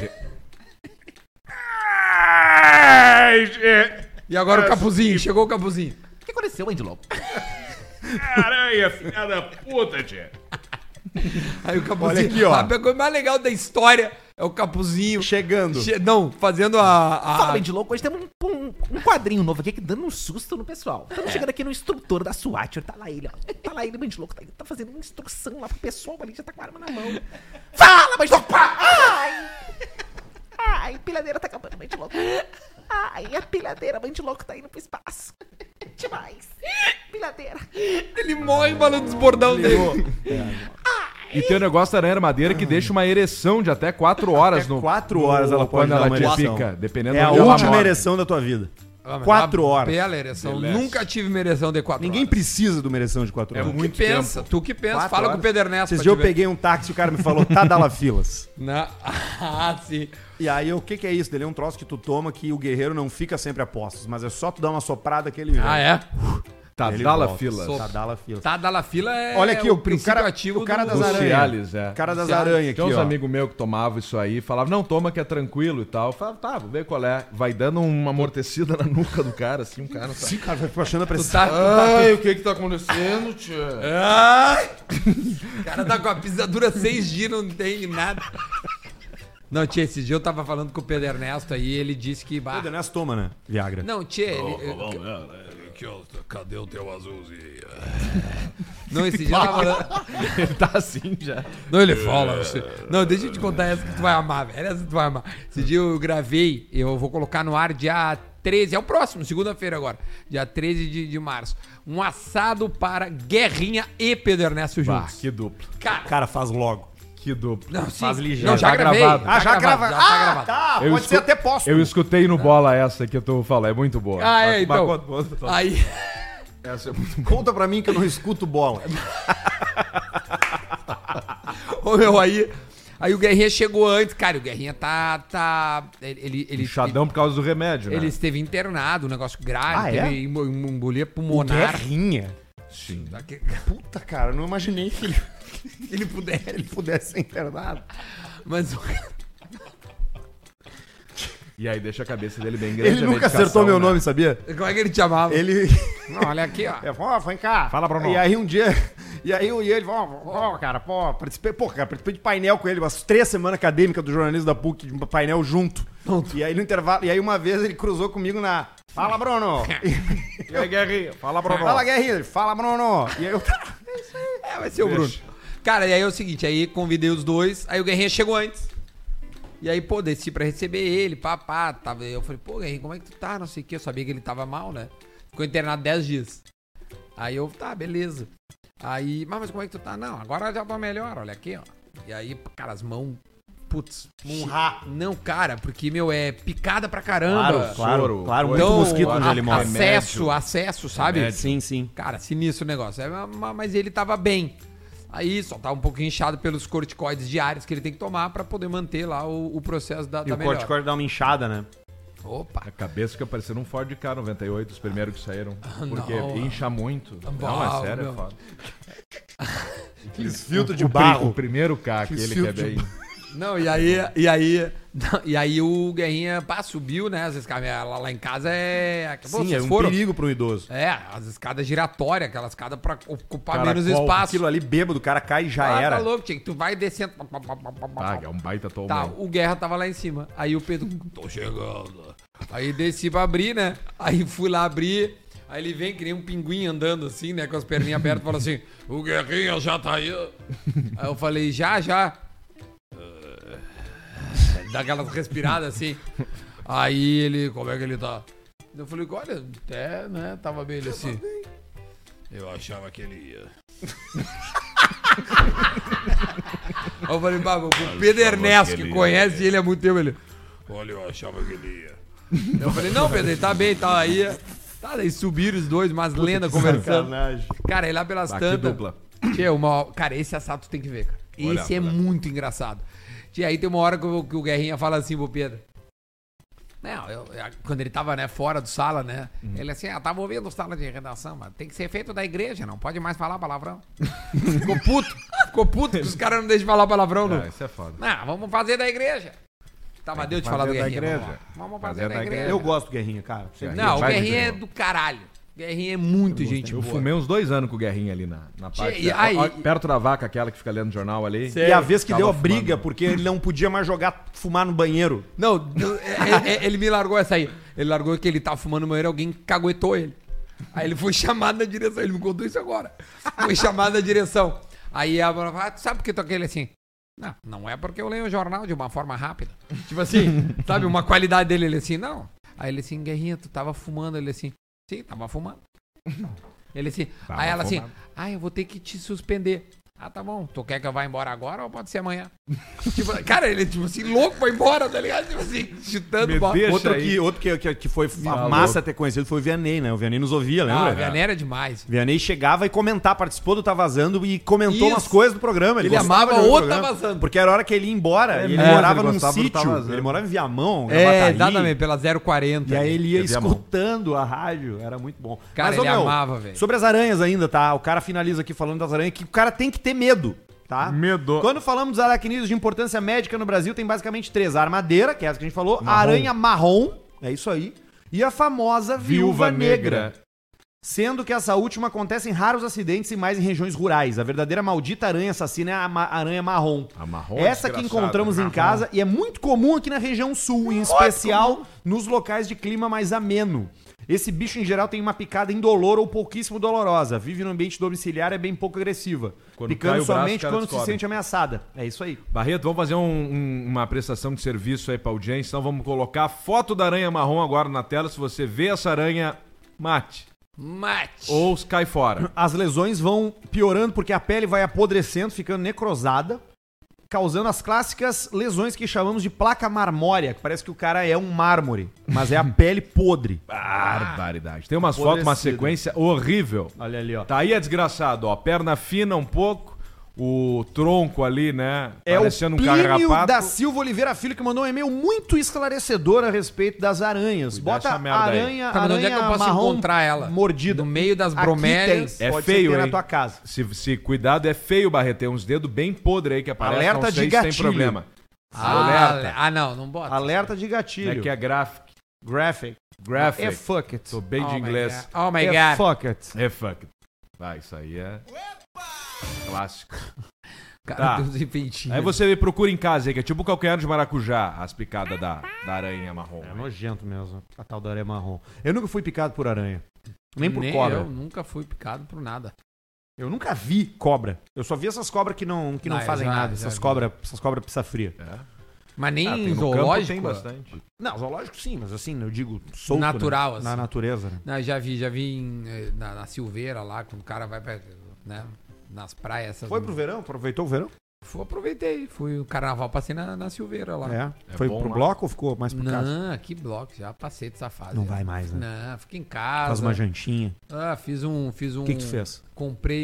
Ai, tia. E agora o Capuzinho, chegou o Capuzinho. O que aconteceu, mãe de louco? Aranha, filha da puta, tia. Aí o Capuzinho. Olha aqui, ó. A coisa mais legal da história é o Capuzinho. Chegando. Não, fazendo Fala, mãe de louco, hoje temos um quadrinho novo aqui que dando um susto no pessoal. Estamos chegando aqui no instrutor da SWAT, tá lá ele, ó. Tá lá ele, mãe de louco, tá fazendo uma instrução lá pro pessoal, ali já tá com a arma na mão. Fala, mãe de louco! Ai! Ai, pilhadeira tá acabando, mãe de louco. Ai, a pilhadeira, mãe de louco, tá indo pro espaço. Demais. Pilhadeira. Ele morre falando dos bordão dele. E tem o negócio da aranha-madeira que deixa uma ereção de até 4 horas. Até 4 horas ela pode quando dar ela uma te ereção. pica, dependendo É a onde ela última mora. ereção da tua vida. 4 horas. Bela ereção. Beleza. Nunca tive uma ereção de 4 Ninguém horas. precisa de uma ereção de 4 É horas. muito Pensa, tempo. tu que pensa. 4 Fala horas. com o Pedro Ernesto. Esses pra dias eu te ver. peguei um táxi e o cara me falou, tá, dá lá filas. Ah, sim. E aí, o que que é isso? Ele é um troço que tu toma que o guerreiro não fica sempre a postos, mas é só tu dar uma soprada que ele vem. Ah, é? Tá, Ele dá-la volta. fila. Tá, dá lá filas. Tá, da fila é Olha aqui, o princípio cara- ativo o cara do... das Do aranha. Cialis, é. O cara das Cialis. aranhas aqui, Tem uns ó. amigos meus que tomavam isso aí, falavam, não, toma que é tranquilo e tal. Eu falava, tá, vou ver qual é. Vai dando uma amortecida na nuca do cara, assim, um cara não sabe. Sim, cara, vai baixando a Tu pressão. tá... Ai, o que que tá acontecendo, tia? Ai! O cara tá com a pisadura 6 dias, não tem nada. Não, tia, esse dia eu tava falando com o Pedro Ernesto aí, ele disse que... O Ernesto toma, né? Viagra. Não, tia, ele... Cadê o teu azulzinho? Não, esse dia eu tava falando... Ele tá assim já. Não, ele fala. Não, deixa eu te contar essa que tu vai amar, velho. Essa que tu vai amar. Esse dia eu gravei, eu vou colocar no ar dia 13, é o próximo, segunda-feira agora. Dia 13 de março. Um assado para Guerrinha e Pedro Ernesto Bah, juntos. que duplo. Cara, faz logo. Que duplo. Não, sim. faz ligeiro. Não, já Tá gravei. gravado. Ah, já grava. Já tá gravado. Tá, Eu pode ser escu- até posto. Eu escutei no bola essa que tu falou, é muito boa. Ah, é, então. Mas- Aí... Essa é muito boa. Conta pra mim que eu não escuto bola. Ô, meu, aí o Guerrinha chegou antes. Cara, o Guerrinha tá... Ele Inchadão por causa do remédio, né? ele esteve internado, um negócio grave. Ah, é? teve embolia pulmonar. Guerrinha. Sim. Puta, cara, eu não imaginei que Ele puder. ele pudesse ser internado. Mas... E aí deixa a cabeça dele bem grande. Ele a nunca medicação, acertou meu né? nome, sabia? Como é que ele te chamava? Ele... Não, olha aqui, ó. Eu falei, ó, vem cá. Fala, Bruno. E aí um dia... E aí ele falou, ó, cara, participei de painel com ele, umas 3 semanas acadêmicas do jornalismo da PUC, de painel junto. E aí no intervalo... E aí uma vez ele cruzou comigo na... Fala, Bruno. E aí, Guerrinha? Fala, Bruno. Fala, Guerrinha. Ele, fala, Bruno. E aí eu... Vai ser o Bruno. Cara, e aí é o seguinte, aí convidei os dois, aí o Guerrinha chegou antes. E aí, pô, desci pra receber ele, papá, tava... Eu falei, pô, Guerrinha, como é que tu tá? Não sei o que, eu sabia que ele tava mal, né? Ficou internado 10 dias. Aí eu, tá, beleza. Aí, mas como é que tu tá? Não, agora já tô melhor, olha aqui, ó. E aí, cara, as mãos, putz. Não, cara, porque, meu, é picada pra caramba. Soro, claro, coisa. muito mosquito onde ele mora. Acesso, sabe? Remédio. Sim, sim. Cara, sinistro o negócio. Mas ele tava bem. Aí só tava um pouquinho inchado pelos corticoides diários que ele tem que tomar pra poder manter lá o processo da E o melhora. corticóide dá uma inchada, né? Opa. A cabeça fica parecendo um Ford K98, os primeiros que saíram. Porque não. incha muito. Não, Bah, é sério, meu. é foda. Aqueles filtros de O barro. primeiro K, aquele que é filtro de bem... Não, e aí o Guerrinha, pá, subiu, né? As escadas lá em casa é... Pô, Sim, vocês é um foram? perigo pro idoso. É, as escadas giratórias, aquelas escadas pra ocupar Cara, menos qual- espaço. Aquilo ali, bêbado, o cara cai e já Ah, era. tá louco, tia, que tu vai descendo. Ah, é um baita Tá, tomão. o Guerra tava lá em cima. Aí o Pedro, tô chegando. Aí desci pra abrir, né? Aí fui lá abrir. Aí ele vem que nem um pinguim andando assim, né? Com as perninhas abertas, fala assim: o Guerrinha já tá aí. Aí eu falei: já. Dá aquelas respiradas assim. Aí ele, como é que ele tá? Eu falei: olha, até, né? Tava bem ele assim. Eu achava que ele ia. Eu falei, o Pedro Ernesto, que conhece ele há muito tempo, ele... Olha, eu achava que ele ia. Eu falei, não, Pedro, ele tá bem, tá aí. Tá, daí subiram os dois, umas lendas conversando. Sacanagem. Cara, aí lá pelas tantas... Cara, esse assado tu tem que ver, cara. Esse é muito engraçado. Tia, aí tem uma hora que o Guerrinha fala assim pro Pedro. Não, quando ele tava, né, fora do sala, né? Ele assim, tava ouvindo sala de redação, mas tem que ser feito da igreja, não pode mais falar palavrão. Ficou puto que os caras não deixam de falar palavrão, não. Isso é foda. Não, vamos fazer da igreja. Tava Deus de falar do Guerrinha. Vamos fazer da igreja. Eu gosto do Guerrinha, cara. Não, o Guerrinha é do caralho. O Guerrinha é muito gente boa. Eu fumei uns 2 anos com o Guerrinha ali na parte. Perto da vaca, aquela que fica lendo o jornal ali. E a vez que deu a briga, porque ele não podia mais fumar no banheiro. Não, ele me largou essa aí. Ele largou que ele tava fumando no banheiro, alguém caguetou ele. Aí ele foi chamado na direção, ele me contou isso agora. Foi chamado na direção. Aí a Bruna falou, sabe por que toquei ele assim? Não é porque eu leio o jornal de uma forma rápida. Tipo assim, sabe, uma qualidade dele, ele assim, não. Aí ele assim, Guerrinha, tu tava fumando, ele assim, sim, tava fumando. Ele assim, aí ela assim, eu vou ter que te suspender. Tá bom, tu quer que eu vá embora agora ou pode ser amanhã? Tipo, cara, ele tipo assim, louco pra ir embora, tá ligado? Tipo assim, chutando bola. Outro que foi massa ter conhecido foi o Vianney, né? O Vianney nos ouvia, lembra? O Vianney era demais. O Vianney chegava e comentava, participou do Tá Vazando e comentou umas coisas do programa. Ele amava o Tá Vazando. Porque era a hora que ele ia embora, ele morava num sítio, ele morava em Viamão, exatamente, pela 040. E aí ele ia escutando a rádio, era muito bom. Cara, ele amava, velho. Sobre as aranhas ainda, tá? O cara finaliza aqui falando das aranhas, que o cara tem que ter medo, tá? Medo. Quando falamos dos aracnídeos de importância médica no Brasil, tem basicamente 3. A armadeira, que é essa que a gente falou, a aranha marrom, é isso aí, e a famosa viúva negra. Sendo que essa última acontece em raros acidentes e mais em regiões rurais. A verdadeira maldita aranha assassina é a aranha marrom. A marrom essa que encontramos em casa e é muito comum aqui na região sul, em especial nos locais de clima mais ameno. Esse bicho, em geral, tem uma picada indolor ou pouquíssimo dolorosa. Vive no ambiente domiciliar e é bem pouco agressiva. Picando somente quando se sente ameaçada. É isso aí. Barreto, vamos fazer uma prestação de serviço aí pra audiência. Então vamos colocar a foto da aranha marrom agora na tela. Se você vê essa aranha, mate. Ou cai fora. As lesões vão piorando porque a pele vai apodrecendo, ficando necrosada, causando as clássicas lesões que chamamos de placa marmórea, que parece que o cara é um mármore, mas é a pele podre. Barbaridade. Tem umas fotos, uma sequência horrível. Olha ali, ó. Tá aí, é desgraçado, ó. Perna fina um pouco, o tronco ali, né? É parecendo um carrapato. Da Silva Oliveira Filho que mandou um e-mail muito esclarecedor a respeito das aranhas. Bota a aranha, aranha onde é que eu posso encontrar ela? Mordida. No meio das bromélias. É feio, na tua casa. Se cuidado, é feio, Barreto. Tem uns dedos bem podres aí que aparecem. Alerta não sei de gatilho. Se tem problema. Alerta. Não bota. Alerta de gatilho. É que é graphic. Graphic. É fuck it. Tô bem de inglês. Oh my God. É fuck it. É fuck it. Vai, isso aí é clássico. Cara, Tá. Aí você procura em casa aí, que é tipo o calcanhar de maracujá, as picadas da aranha marrom. É nojento mesmo, a tal da aranha marrom. Eu nunca fui picado por aranha. Nem por cobra. Eu nunca fui picado por nada. Eu nunca vi cobra. Eu só vi essas cobras que não fazem nada. Essas cobras pizza fria. Mas nem em zoológico? Tem bastante. Não, zoológico sim, mas assim, eu digo solto, natural, né? assim. Na natureza, né? Não, já vi na Silveira lá, quando o cara vai pra, né, nas praias. Foi pro verão? Aproveitou o verão? Aproveitei. Fui o carnaval, passei na Silveira lá. Foi pro bloco ou ficou mais por casa? Não, que bloco, já passei dessa fase. Não vai mais, né? Não, fica em casa. Faz uma jantinha. Fiz um... O que tu fez? Comprei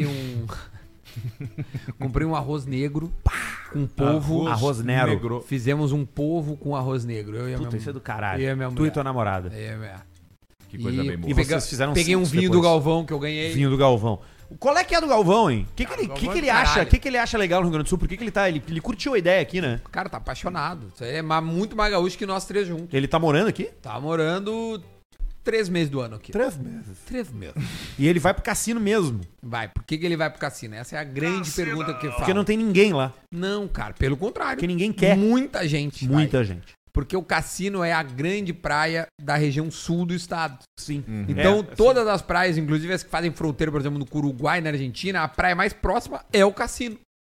um arroz negro com polvo. Arroz negro. Fizemos um polvo com arroz negro. Eu e a minha isso é do caralho. Eu e a minha tu mulher. e tua namorada. Que coisa bem boa. E vocês fizeram peguei um vinho do Galvão que eu ganhei. Vinho do Galvão. Qual é que é do Galvão, hein? O que ele acha? O que ele acha legal no Rio Grande do Sul? Por que ele curtiu a ideia aqui, né? Cara, tá apaixonado. Isso aí é muito mais gaúcho que nós três juntos. Ele tá morando aqui? Tá morando 3 meses do ano aqui. 3 meses. 3 meses. E ele vai pro cassino mesmo. Vai. Por que ele vai pro cassino? Essa é a grande pergunta que eu falo. Porque não tem ninguém lá. Não, cara. Pelo contrário. Porque ninguém quer. Muita gente. Muita gente. Porque o cassino é a grande praia da região sul do estado. Sim. Então, todas as praias, inclusive as que fazem fronteira, por exemplo, no Uruguai, na Argentina, a praia mais próxima é o cassino.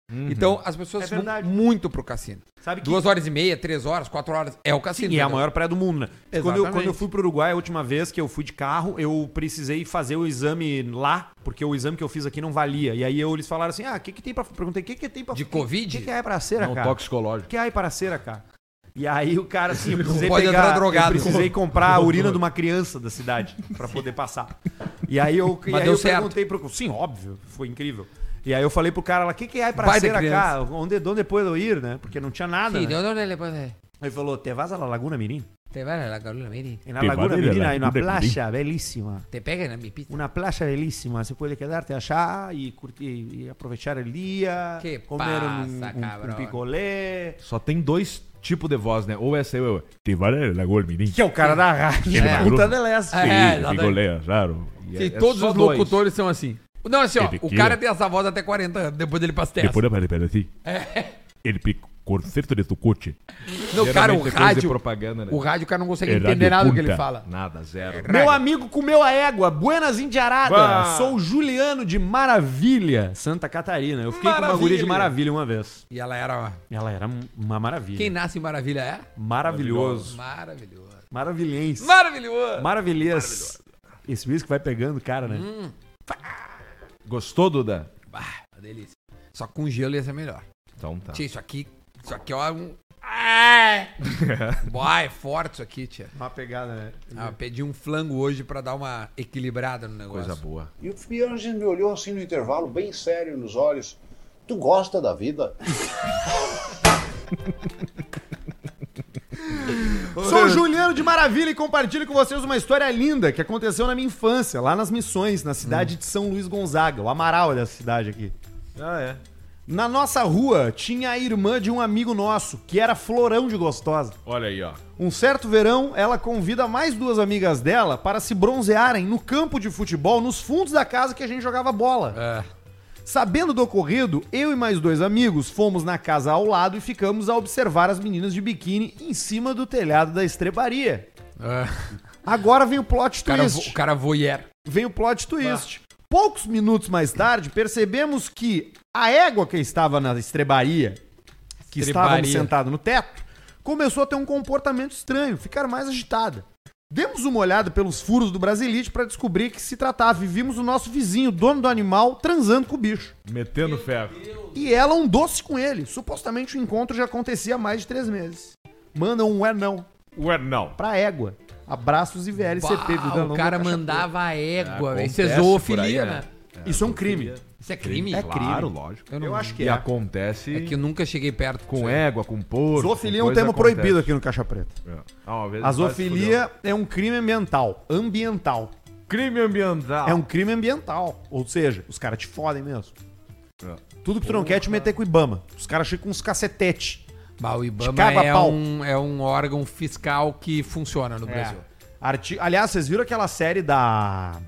Então, as pessoas vão muito pro cassino. Sabe que... 2h30, 3 horas, 4 horas, é o cassino. Sim, é a maior praia do mundo, né? Exatamente. Quando eu fui pro Uruguai, a última vez que eu fui de carro, eu precisei fazer o exame lá, porque o exame que eu fiz aqui não valia. E aí eles falaram assim, o que tem pra... Perguntei, o que tem pra... De Covid? O que é pra cera, Não, cara? toxicológico. O que é para cera, cara? E aí o cara, assim, eu precisei pode entrar drogado. eu precisei comprar a urina de uma criança da cidade pra poder passar. E aí eu perguntei pro... Sim, óbvio, foi incrível. E aí eu falei pro cara lá, o que é para cera, cara? Onde depois eu ir, né? Porque não tinha nada, Sim, né? onde ele pode... Aí ele falou, te vas a la Laguna Mirim? Te vas a la Laguna Mirim. En la Laguna Mirim hay una playa bellísima. Te pegan en mi pista. Una playa bellísima. Se puede quedarte allá y curtir y aprovechar el día. Que comer pasa, um picolé. Só tem dois tipos de voz, né? Ou essa ou te vale la Laguna Mirim. Que é o cara da rádio. Puta de leste. Picolé, claro. Sim, todos os locutores são assim. Não, assim, ó, o cara tem essa voz até 40 anos, depois ele passa testa. Depois ele assim. Ele pica concerto de tu coche. Não, cara, o rádio, propaganda, né? O rádio, o cara não consegue entender nada do que ele fala. Nada, zero. Meu amigo comeu a égua. Buenas Indiarada. Sou o Juliano de Maravilha, Santa Catarina. Eu fiquei com uma guria de Maravilha uma vez. E ela era uma maravilha. Quem nasce em Maravilha é? Maravilhoso. Maravilhoso. Maravilhense. Maravilhoso. Maravilhês. Esse whisky vai pegando, cara, né? Gostou, Duda? Bah, uma delícia. Só com gelo ia ser melhor. Então tá. Tia, isso aqui é um... Boa, é forte isso aqui, tia. Uma pegada, né? Pedi um flango hoje pra dar uma equilibrada no negócio. Coisa boa. E o Fianges me olhou assim no intervalo, bem sério nos olhos. Tu gosta da vida? Sou o Juliano de Maravilha e compartilho com vocês uma história linda que aconteceu na minha infância, lá nas Missões, na cidade de São Luís Gonzaga. O Amaral é dessa cidade aqui. Ah, é. Na nossa rua tinha a irmã de um amigo nosso, que era florão de gostosa. Olha aí, ó. Um certo verão, ela convida mais duas amigas dela para se bronzearem no campo de futebol, nos fundos da casa que a gente jogava bola. Sabendo do ocorrido, eu e mais dois amigos fomos na casa ao lado e ficamos a observar as meninas de biquíni em cima do telhado da estrebaria. Agora vem o plot twist. O cara voyeur. Vem o plot twist. Poucos minutos mais tarde, percebemos que a égua que estava na estrebaria, que estávamos sentados no teto, começou a ter um comportamento estranho, ficar mais agitada. Demos uma olhada pelos furos do Brasilite para descobrir que se tratava e vimos o nosso vizinho, dono do animal, transando com o bicho. Metendo ferro. E ela um doce com ele. Supostamente o encontro já acontecia há mais de 3 meses. Manda um não. Não. Pra égua. Abraços e VLCP. O cara mandava a égua, velho. Isso é zoofilia, né? Isso é um crime. Isso é crime? É crime. Claro, lógico. Eu acho que E acontece... É que eu nunca cheguei perto. Com égua, com porco. Zoofilia é um termo proibido aqui no Caixa Preta. Uma vez a zoofilia é um crime ambiental. Crime ambiental. É um crime ambiental. Ou seja, os caras te fodem mesmo. Tudo que tu não quer é te meter com o Ibama. Os caras chegam com uns cacetetes. O Ibama é um órgão fiscal que funciona no Brasil. Aliás, vocês viram aquela série da...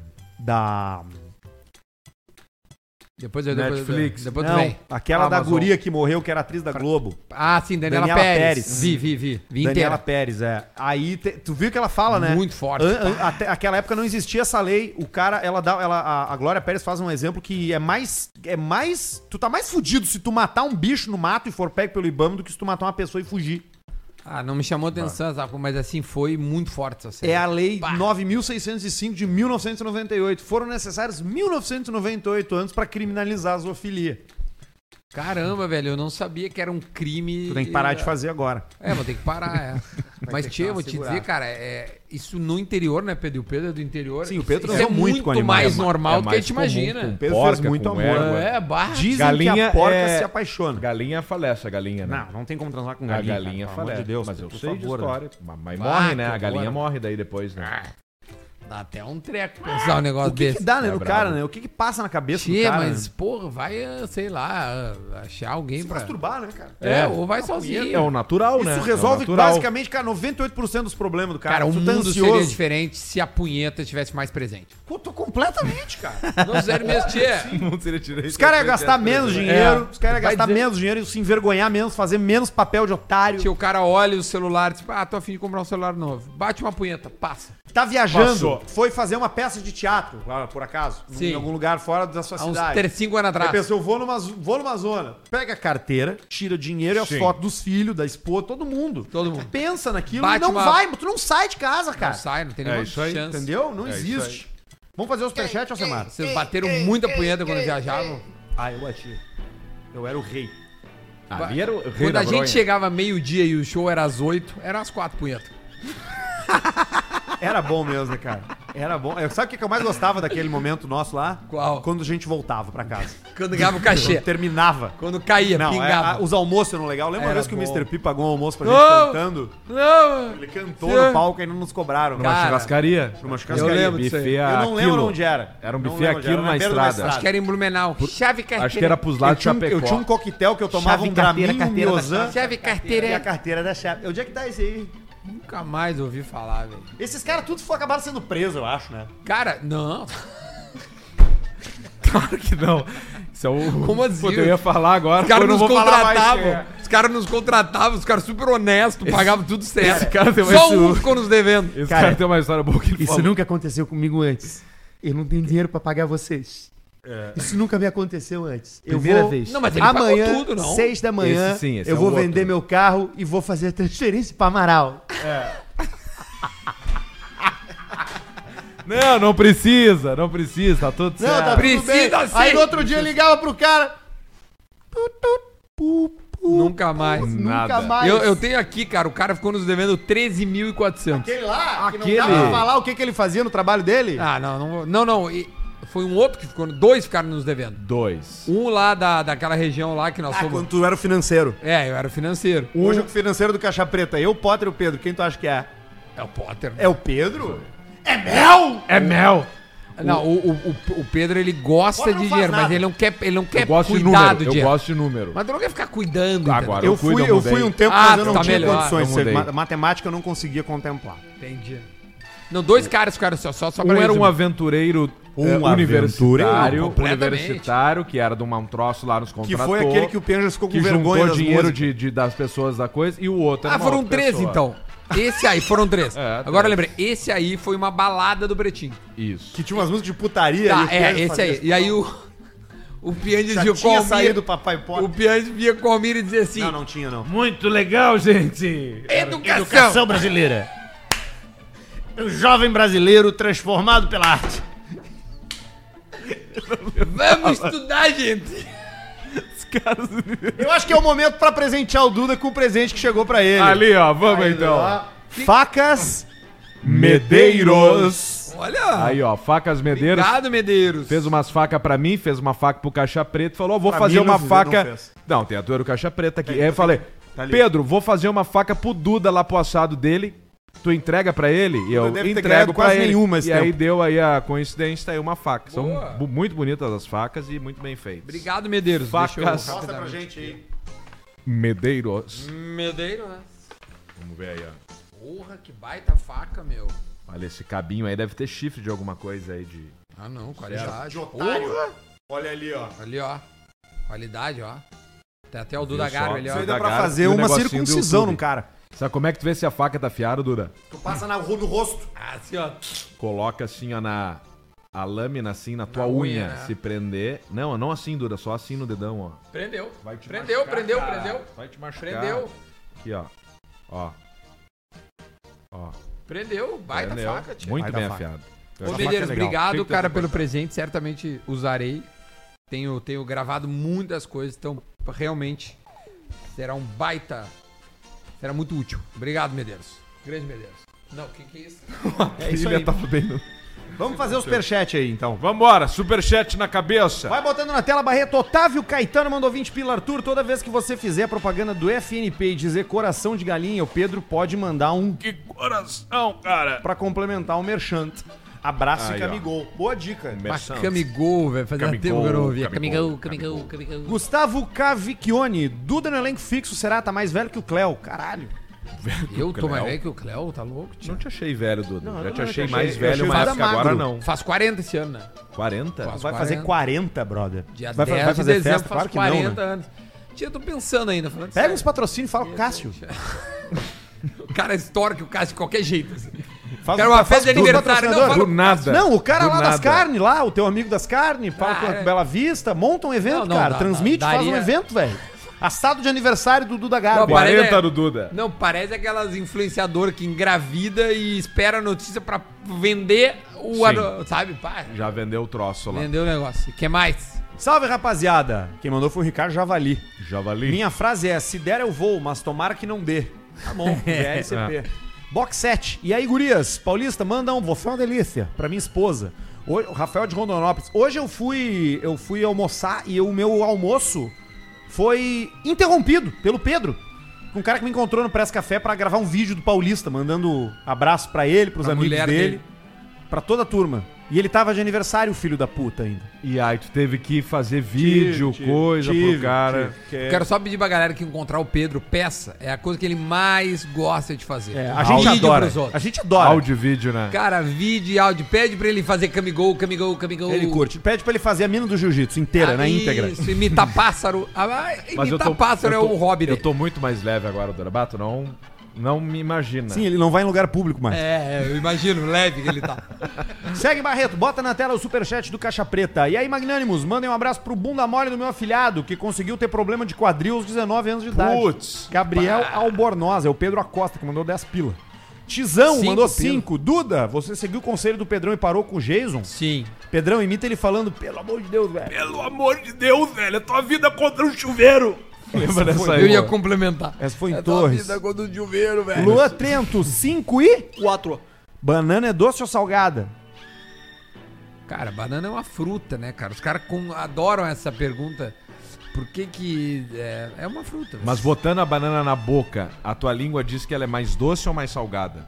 Depois Netflix. Depois vem. Aquela da guria que morreu, que era atriz da Globo. Ah, sim, Daniela Pérez. Vi Daniela inteira. Pérez, Aí, tu viu que ela fala, né? Muito forte. Até aquela época não existia essa lei. O cara, a Glória Pérez faz um exemplo que é mais... Tu tá mais fudido se tu matar um bicho no mato e for pego pelo Ibama do que se tu matar uma pessoa e fugir. Não me chamou atenção, sabe? Mas assim, foi muito forte essa série. É a lei 9.605 de 1998. Foram necessários 1998 anos pra criminalizar a zoofilia. Caramba, velho, eu não sabia que era um crime. Tu tem que parar de fazer agora. Vou ter que parar, Mas, tia, vou te dizer, cara, isso no interior, né, Pedro? O Pedro é do interior. Sim, o Pedro transou muito com animais. Mais normal do que a gente imagina. O Pedro fez muito amor. Dizem galinha que a porca se apaixona. Galinha falece, a galinha, né? Não tem como transar com galinha. A galinha falece. De Deus, mas eu sei de história. Mas morre, né? A galinha morre daí depois, né? Dá até um treco pensar um negócio desse. O que dá, né, no cara, né? O que passa na cabeça do cara? Mas, porra, vai, sei lá, achar alguém pra... Se masturbar, né, cara? Ou vai sozinho. É o natural, né? Isso resolve basicamente, cara, 98% dos problemas do cara. Cara, o mundo seria diferente se a punheta estivesse mais presente. Tô completamente, cara. Não, sério mesmo, tia. O mundo seria diferente. Os caras iam gastar menos dinheiro, os caras iam gastar menos dinheiro e se envergonhar menos, fazer menos papel de otário. Tia, o cara olha o celular e diz, tô a fim de comprar um celular novo. Bate uma punheta, passa. Tá viajando. foi fazer uma peça de teatro, lá, por acaso, Sim. em algum lugar fora da sua Há uns cidade. 5 anos Aí atrás. pensou, eu vou numa zona. Pega a carteira, tira dinheiro e as Sim. fotos dos filhos, da esposa, todo mundo. Todo mundo. Pensa naquilo Bate e não uma- vai, tu não sai de casa, cara. Não sai, não tem É nenhuma isso aí, chance. Entendeu? Não É isso existe. Vamos fazer o superchat, Alcemar? Vocês bateram muita punheta quando viajavam? Ah, eu bati. Eu era o rei. Ali era o rei Quando da a gente bronha. chegava meio-dia e o show era às 8, eram as 4 punhetas. Era bom mesmo, né, cara? Era bom. Sabe o que eu mais gostava daquele momento nosso lá? Qual? Quando a gente voltava pra casa. Quando ganhava o cachê. Quando terminava. Quando caía, Não, pingava. os almoços eram legal. Lembra uma Era vez que o bom. Mr. P pagou um almoço pra gente Não! cantando? Não, Ele cantou Sim. no palco e não nos cobraram. Numa Cara, churrascaria. Numa eu churrascaria. lembro disso aí. Buffet Eu não lembro aquilo. onde era. Era um Não buffet lembro onde aquilo era, na beira da estrada. acho que era em Blumenau. Chave carteira. Acho que era pros Eu lados de tinha, Chapecó. eu tinha um coquetel que eu tomava Chave, um carteira, Dramin, um carteira da Miozan Chave carteira. e a carteira da chave. Onde é que tá esse aí? Nunca mais ouvi falar, velho. Esses caras tudo acabaram sendo presos, eu acho, né? Cara, não. Claro que não. Isso é o... Como assim? Puta, eu ia falar agora, Os caras eu não nos vou falar mais contratavam. quem é. Os caras nos contratavam, os caras super honestos, pagavam tudo certo. esse cara tem Só mais um um. ficou nos devendo. Esse Cara, cara tem uma história boa que ele falou. nunca aconteceu comigo antes. Eu não tenho dinheiro pra pagar vocês. Isso nunca me aconteceu antes. Primeira vez. Não, mas ele Amanhã, pagou tudo, não? 6 da manhã, Esse sim, esse eu é vou o vender outro. meu carro e vou fazer a transferência pra Amaral. Não precisa, tá tudo Não, certo. tá tudo bem. Precisa sim. Aí no outro dia eu ligava pro cara. Nunca mais. Nada. Nunca mais. Eu tenho aqui, cara, o cara ficou nos devendo 13.400. Aquele lá, que não Aquele- dá pra falar o que ele fazia no trabalho dele? Ah, não. Foi um outro que ficou. 2 ficaram nos devendo. 2. Um lá daquela região lá que nós Ah, fomos. quando tu era o financeiro. É, eu era o financeiro. Hoje o financeiro do Caixa Preta, eu, o Potter e o Pedro. Quem tu acha que é? É o Potter. É o Pedro? É mel? É mel. Não, o Pedro, ele gosta Potter não de faz dinheiro, mas nada. ele não quer Eu gosto de cuidar número. do Eu dinheiro. gosto de número. Mas tu não quer ficar cuidando, Agora. Eu cuido, fui, eu eu fui mudei. um tempo, Ah, mas eu não tá tinha melhor. condições. Eu mudei. Matemática eu não conseguia contemplar. Entendi. Não, 2 caras ficaram só pra Um era um resumir. aventureiro Um universitário, aventureiro, completamente. que era de um troço lá nos Que contratou. foi aquele que o Penjas ficou com que vergonha juntou das dinheiro músicas. das pessoas da coisa, e o outro era Ah, uma foram outra 3 pessoa. então. Esse aí, foram 3. É, Agora eu 3. lembrei, esse aí foi uma balada do Pretinho. Isso. Que tinha umas músicas de putaria. Tá, e o Penjas esse fazia aí. isso. E aí o Pianges Já via tinha com saído o Papai Potter. o Pianges via com a Mira e dizia assim: Não tinha não. Muito legal, gente! Educação! brasileira. O jovem brasileiro transformado pela arte. Vamos estudar, gente! Eu acho que é o momento pra presentear o Duda com o presente que chegou pra ele. Ali, ó, vamos Aí, então. ó. Facas Medeiros. Olha! Aí, ó, facas Medeiros. Obrigado, Medeiros. Fez umas facas pra mim, fez uma faca pro Caixa Preta, falou, ó, vou Pra fazer mim não uma fiz, faca... não fez. Não, tem a tua do Caixa Preta aqui. Tem, Aí eu falei, tá ali. Pedro, vou fazer uma faca pro Duda lá pro assado dele. Tu entrega pra ele? E eu deve ter entrego ganhado pra quase ele. nenhuma esse e aí tempo. deu aí a coincidência, tá aí uma faca. São Boa. muito bonitas as facas e muito bem feitas. Obrigado, Medeiros. Facas. Deixa eu Mostra pra rapidamente- gente aí. Medeiros. Medeiros, né? Vamos ver aí, ó. Porra, que baita faca, meu. Olha, esse cabinho aí deve ter chifre de alguma coisa aí de... Ah, não, qualidade. De otário. Porra. Olha ali, ó. Ali, ó. Qualidade, ó. Tem até o Viu Duda só? Garbi ali, ó. Isso aí da dá pra Garbi fazer e o uma negocinho do circuncisão YouTube. no cara. Sabe como é que tu vê se a faca tá afiada, Duda? Tu passa no rosto. Assim, ó. Coloca assim, ó, a lâmina assim na tua Na unha, unha, né? se prender. Não assim, Duda, só assim no dedão, ó. Prendeu. Vai te Prendeu, machucar, prendeu, cara. prendeu. Vai te machucar. Prendeu. Aqui, ó. Ó. Ó. Prendeu. Baita Prendeu. faca, tio. Muito Baita bem faca. afiado. Ô, Essa Medeiros, faca é legal. obrigado, Tem que ter cara, essa pelo coisa. presente. Certamente usarei. Tenho gravado muitas coisas, então realmente será um baita. Será muito útil. Obrigado, Medeiros. Grande Medeiros. Não, o que é isso? É isso Ele aí. tava bem no... Vamos fazer o superchat aí, então. Vambora, superchat na cabeça. Vai botando na tela, Barreto. Otávio Caetano mandou 20 pila, Arthur. Toda vez que você fizer propaganda do FNP e dizer coração de galinha, o Pedro pode mandar um Que coração, cara. pra complementar o merchant. Abraço Aí, e ó. Camigol. Boa dica. Camigol, velho. Fazia Camigol, tempo que eu não ouvia. Camigol, Camigol, Camigol. Gustavo Cavicchione. Duda no elenco fixo, será? Tá mais velho que o Cléo. Caralho. Eu tô mais Cléo. velho que o Cléo, tá louco, tio? Não te achei velho, Duda. Não, Já eu te não achei te mais achei- eu velho, achei mas mais que agora magro. não. Faz 40 esse ano, né? 40? Faz Vai fazer 40, brother. Dia vai 10 de fazer dezembro festa? faz Claro que não, 40 né? anos. Tia, eu tô pensando ainda. Falando Pega sério. uns patrocínios e fala com o Cássio. O cara estoura que o Cássio de qualquer jeito. Assim. Quero uma festa de aniversário. Não, Do nada. Não, o cara Do lá das nada. carnes, lá, o teu amigo das carnes, fala com a é. Bela Vista, monta um evento, Não, cara. dá, Transmite, faz um daria. evento, velho. Assado de aniversário do Duda Garbi. Não, parece- 40 do Duda. Não, parece aquelas influenciadoras que engravida e espera a notícia pra vender o... Sim. Sabe? Pá, Já vendeu o troço lá. vendeu o negócio. O que mais? Salve, rapaziada. Quem mandou foi o Ricardo Javali. Javali. Minha frase é, se der eu vou, mas tomara que não dê. Tá bom, VLCP. Box 7. E aí, gurias? Paulista, manda um, você é uma delícia, pra minha esposa. O Rafael de Rondonópolis. Hoje eu fui almoçar e o meu almoço foi interrompido pelo Pedro. Um cara que me encontrou no Press Café pra gravar um vídeo do Paulista, mandando abraço pra ele, pros Pra amigos mulher dele, dele. pra toda a turma. E ele tava de aniversário, filho da puta, ainda. E aí, tu teve que fazer vídeo, coisa pro cara. Quero só pedir pra galera que encontrar o Pedro, peça. É a coisa que ele mais gosta de fazer. É, a gente Vídeo adora. pros outros. A gente adora. Áudio e vídeo, né? Cara, vídeo e áudio. Pede pra ele fazer camigol. Ele curte. Pede pra ele fazer a mina do jiu-jitsu inteira, na íntegra. Isso, imitar pássaro. Imitar pássaro é o hobby Eu dele. tô muito mais leve agora, Dorabato. Não me imagina. Sim, ele não vai em lugar público mais. Eu imagino, leve que ele tá. Segue, Barreto, bota na tela o superchat do Caixa Preta. E aí, Magnânimos, mandem um abraço pro bunda mole do meu afilhado, que conseguiu ter problema de quadril aos 19 anos de idade. Putz. Gabriel Albornoz, é o Pedro Acosta, que mandou 10 pila. Tizão 5 mandou pila. 5. Duda, você seguiu o conselho do Pedrão e parou com o Jason? Sim. Pedrão, imita ele falando, pelo amor de Deus, velho. Pelo amor de Deus, velho. É tua vida contra um chuveiro. Lembra dessa aí? Eu ia complementar. Essa foi em Torres. quando o chuveiro, velho. Luan Trento, 5 e... 4. Banana é doce ou salgada? Cara, banana é uma fruta, né, cara? Os caras adoram essa pergunta. Por que é uma fruta? Mas botando a banana na boca, a tua língua diz que ela é mais doce ou mais salgada?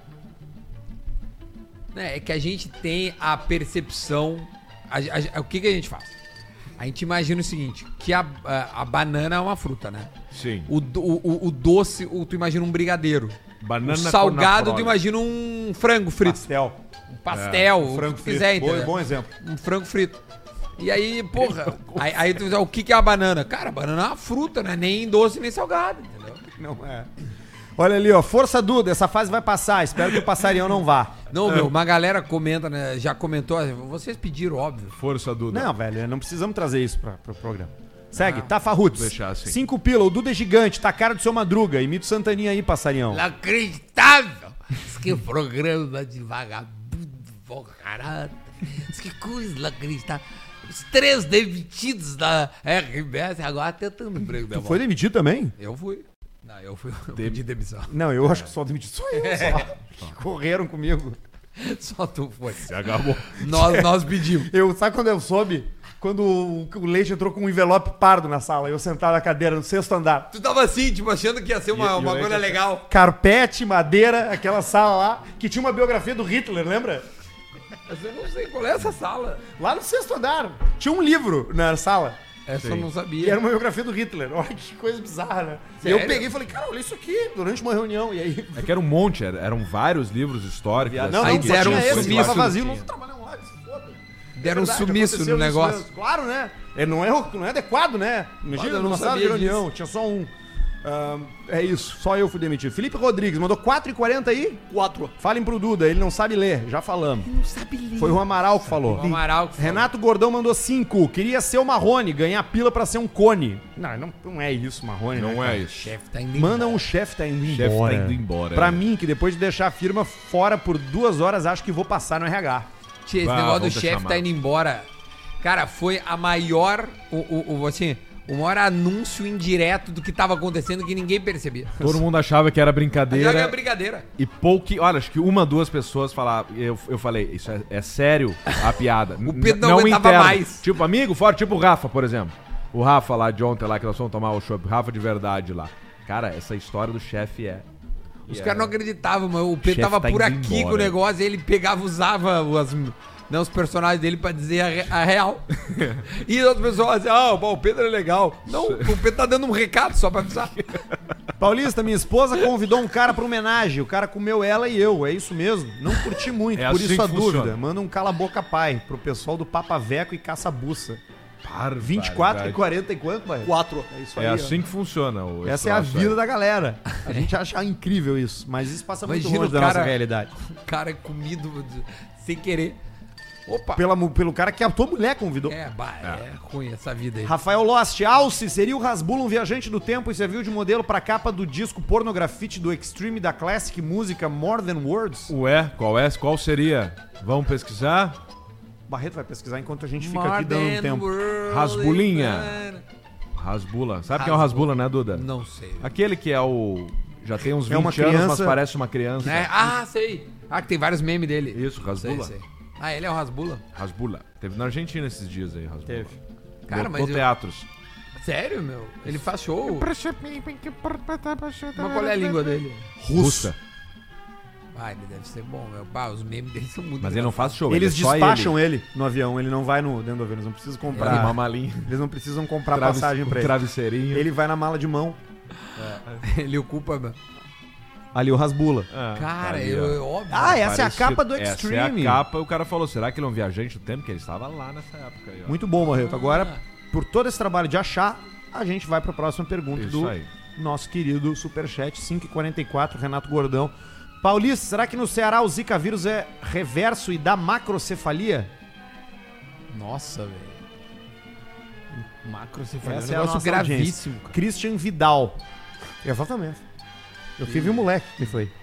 É que a gente tem a percepção... O que a gente faz? A gente imagina o seguinte, que a banana é uma fruta, né? Sim. O doce, tu imagina um brigadeiro. Banana o salgado, com tu imagina um frango frito. Pastel. Um pastel, o Frango que tu frito. quiser, entendeu? Bom exemplo. Um frango frito. E aí, porra, aí tu diz, o que é a banana? Cara, a banana é uma fruta, né? Nem doce, nem salgado, entendeu? Não é. Olha ali, ó. Força Duda, essa fase vai passar. Espero que o passarião não vá. Não, meu, uma galera comenta, né? Já comentou, vocês pediram, óbvio. Força, Duda. Não, velho, não precisamos trazer isso pro programa. Segue, Tafarruts. vou deixar assim. 5 pila, o Duda é gigante, tá a cara do seu Madruga. Imita o Santaninha aí, passarião. Inacreditável! Que programa de vagabundo, caralho. Que coisa inacreditável. Os 3 demitidos da RBS agora tentando emprego. Tu foi demitido também? Eu fui. Não, eu pedi demissão. Não, eu acho que só demitido sou eu só. Que correram comigo. Só tu foi. Se acabou. Nós pedimos. Sabe quando eu soube? Quando o Leite entrou com um envelope pardo na sala, eu sentado na cadeira no 6º andar. Tu tava assim, tipo, achando que ia ser uma coisa legal. Carpete, madeira, aquela sala lá, que tinha uma biografia do Hitler, lembra? Mas eu não sei qual é essa sala. Lá no 6º andar. Tinha um livro na sala. Essa eu não E sabia. era uma biografia do Hitler. Olha que coisa bizarra, né? Sério? E eu peguei e falei, cara, olha isso aqui, durante uma reunião. E aí... É que era um monte, eram vários livros históricos. Não, Aí não, só deram tinha um esse, sumiço. tava vazio, não trabalhamos lá, que se foda. Deram um Verdade, sumiço aconteceu no isso negócio. mesmo. Claro, né? Não é adequado, né? Imagina, Eu não numa sala de sabia reunião, tinha só um. É isso, só eu fui demitido. Felipe Rodrigues mandou 4,40 aí. 4. Falem pro Duda, ele não sabe ler, já falamos. Ele não sabe ler. Foi o Amaral que falou. O Amaral que falou. Renato Gordão mandou 5. Queria ser o Marrone, ganhar pila pra ser um cone. Não é isso, Marrone. Não né, é cara? isso. Chefe tá indo Manda embora. um chefe tá indo Chefe embora. tá indo embora. Pra mim, que depois de deixar a firma fora por 2 horas, acho que vou passar no RH. Tia, esse Bah, negócio do vamos chefe chamar. tá indo embora. Cara, foi a maior. O maior anúncio indireto do que tava acontecendo que ninguém percebia. Todo mundo achava que era Mas brincadeira. é brincadeira. E olha, acho que 1, 2 pessoas falaram. Eu falei, isso é sério a piada. O Pedro não aguentava mais. Tipo, amigo forte, tipo o Rafa, por exemplo. O Rafa lá de ontem, lá que nós fomos tomar o chopp. Rafa de verdade lá. Cara, essa história do chefe é. Os caras não acreditavam, mas o Pedro chefe tava tá por indo aqui embora. com o negócio e ele pegava, usava os personagens dele pra dizer a real. E as pessoas assim, o Pedro é legal. Não, o Pedro tá dando um recado só pra avisar. Paulista, minha esposa convidou um cara pra homenagem. O cara comeu ela e eu. É isso mesmo? Não curti muito, É por assim isso a que funciona. dúvida. Manda um cala-boca pai pro pessoal do Papa Veco e Caça-Buça. 24 e 40 e quanto, Barreto? 4. É isso É aí. assim que funciona. Essa é a vida da galera. A gente acha incrível isso, mas isso passa muito Imagina longe o da nossa cara- realidade. O cara é comido sem querer. Opa! Pelo cara que a tua mulher convidou. É ruim essa vida aí. Rafael Lost, Alce, seria o Rasbula um viajante do tempo e serviu de modelo pra capa do disco Pornografite do Extreme da Classic Música More Than Words? Ué, qual seria? Vamos pesquisar? Barreto vai pesquisar enquanto a gente fica aqui dando um tempo. Rasbulinha. Rasbula. Sabe quem é o Rasbula, né, Duda? Não sei. Aquele que é o... Já tem uns 20 É uma anos, criança- mas parece uma criança. Né? Ah, sei. Ah, que tem vários memes dele. Isso, Rasbula. Sei. Ah, ele é o Rasbula? Rasbula. Teve na Argentina esses dias aí, Rasbula. Teve. Cara, Lotou mas teatros. Sério, meu? Ele faz show? Mas qual é a língua dele? Russa. Ah, ele deve ser bom, meu. Bah, os memes dele são muito Mas ele não faz show. Eles ele é só despacham ele no avião, ele não vai dentro do avião, eles não precisam Pra comprar. uma malinha. Eles não precisam comprar passagem pra ele. Travesseirinho. Ele vai na mala de mão. Ele ocupa, meu. Ali o Rasbula. Ah, Cara, ali, eu ó. óbvio. Ah, essa é a Parecido. capa do Essa Extreme. é a capa e o cara falou, será que ele é um viajante do tempo? Que ele estava lá nessa época aí, ó. Muito bom, Barreto. Agora, por todo esse trabalho de achar, a gente vai pra próxima pergunta Isso do aí. nosso querido Superchat 5h44, Renato Gordão. Paulista, será que no Ceará o Zika vírus é reverso e dá macrocefalia? Nossa, velho. Macrocefalia. Essa É um negócio gravíssimo, cara. Christian Vidal. Exatamente. Eu tive um moleque que foi.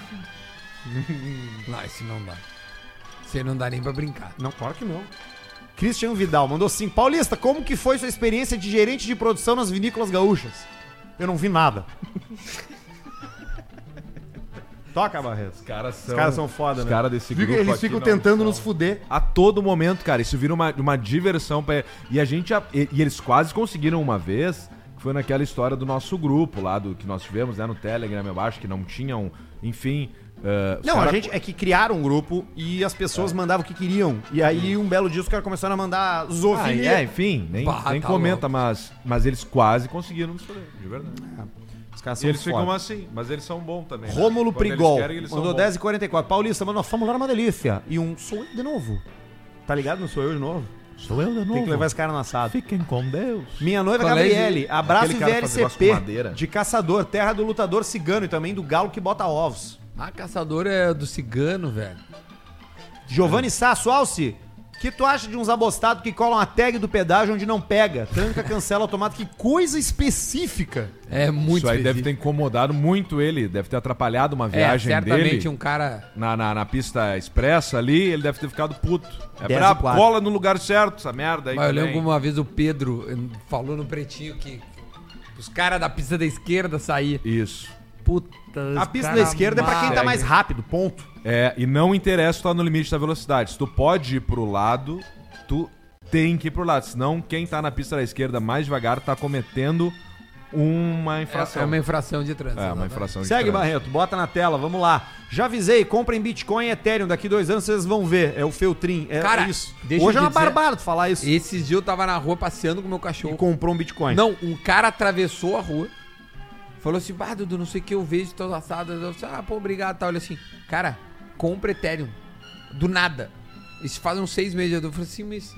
Não, esse não dá. Você não dá nem pra brincar. Não, claro que não. Christian Vidal mandou assim: Paulista, como que foi sua experiência de gerente de produção nas vinícolas gaúchas? Eu não vi nada. Toca, Barreto. Os caras são foda, os né? caras desse Fica- grupo eles aqui ficam não tentando são. nos fuder. A todo momento, cara. Isso vira uma diversão. E a gente... E eles quase conseguiram uma vez... Que foi naquela história do nosso grupo lá, do que nós tivemos, né, no Telegram, eu acho, que não tinham... Enfim... os Não, cara- a gente é que criaram um grupo e as pessoas mandavam o que queriam. E aí, um belo dia, os caras começaram a mandar zoofilia. enfim, nem Bah, tá comenta, mas eles quase conseguiram nos fuder, de verdade. Os caras E são eles ficam foda. assim, mas eles são bons também. né? Rômulo Quando eles Prigol querem, eles são mandou bons. 10h44. Paulista, mano, Fórmula é uma delícia. E um sou eu de novo. Tá ligado? Não sou eu de novo. Sou eu de novo. Tem que levar esse cara no assado. Fiquem com Deus. Minha noiva Colégio- Gabriele, abraço aquele cara faz negócio com VLCP, madeira. de caçador, terra do lutador cigano e também do galo que bota ovos. Ah, caçador é do cigano, velho. Giovanni Sasso, Alce, que tu acha de uns abostados que colam a tag do pedágio onde não pega? Tranca, cancela automático. Que coisa específica. É muito Isso aí deve específico. ter incomodado muito ele, deve ter atrapalhado uma viagem certamente dele um cara... na pista expressa ali, ele deve ter ficado puto. É 10 brabo, e 4. cola no lugar certo, essa merda aí. Mas eu também. lembro como uma vez o Pedro falou no Pretinho que os caras da pista da esquerda saíam. Isso. Puta, A pista da esquerda é pra quem tá mais rápido, ponto. É, e não interessa tu tá no limite da velocidade. Se tu pode ir pro lado, tu tem que ir pro lado. Senão, quem tá na pista da esquerda mais devagar tá cometendo uma infração. É uma infração de trânsito. É, uma exatamente. infração de Segue, trânsito. Barreto, bota na tela, vamos lá. Já avisei, comprem Bitcoin e Ethereum, daqui 2 anos vocês vão ver. É o Feltrin, é Cara, isso. deixa Hoje eu é uma te dizer- barbada tu falar isso. Esses dias eu tava na rua passeando com meu E cachorro. comprou um Bitcoin. Não, um cara atravessou a rua, falou assim, bah, Dudu, não sei o que, eu vejo teus assados. Eu disse, ah, pô, obrigado, tá. Olha assim, cara, compra Ethereum. Do nada. Isso faz uns 6 meses. Eu falei assim, mas...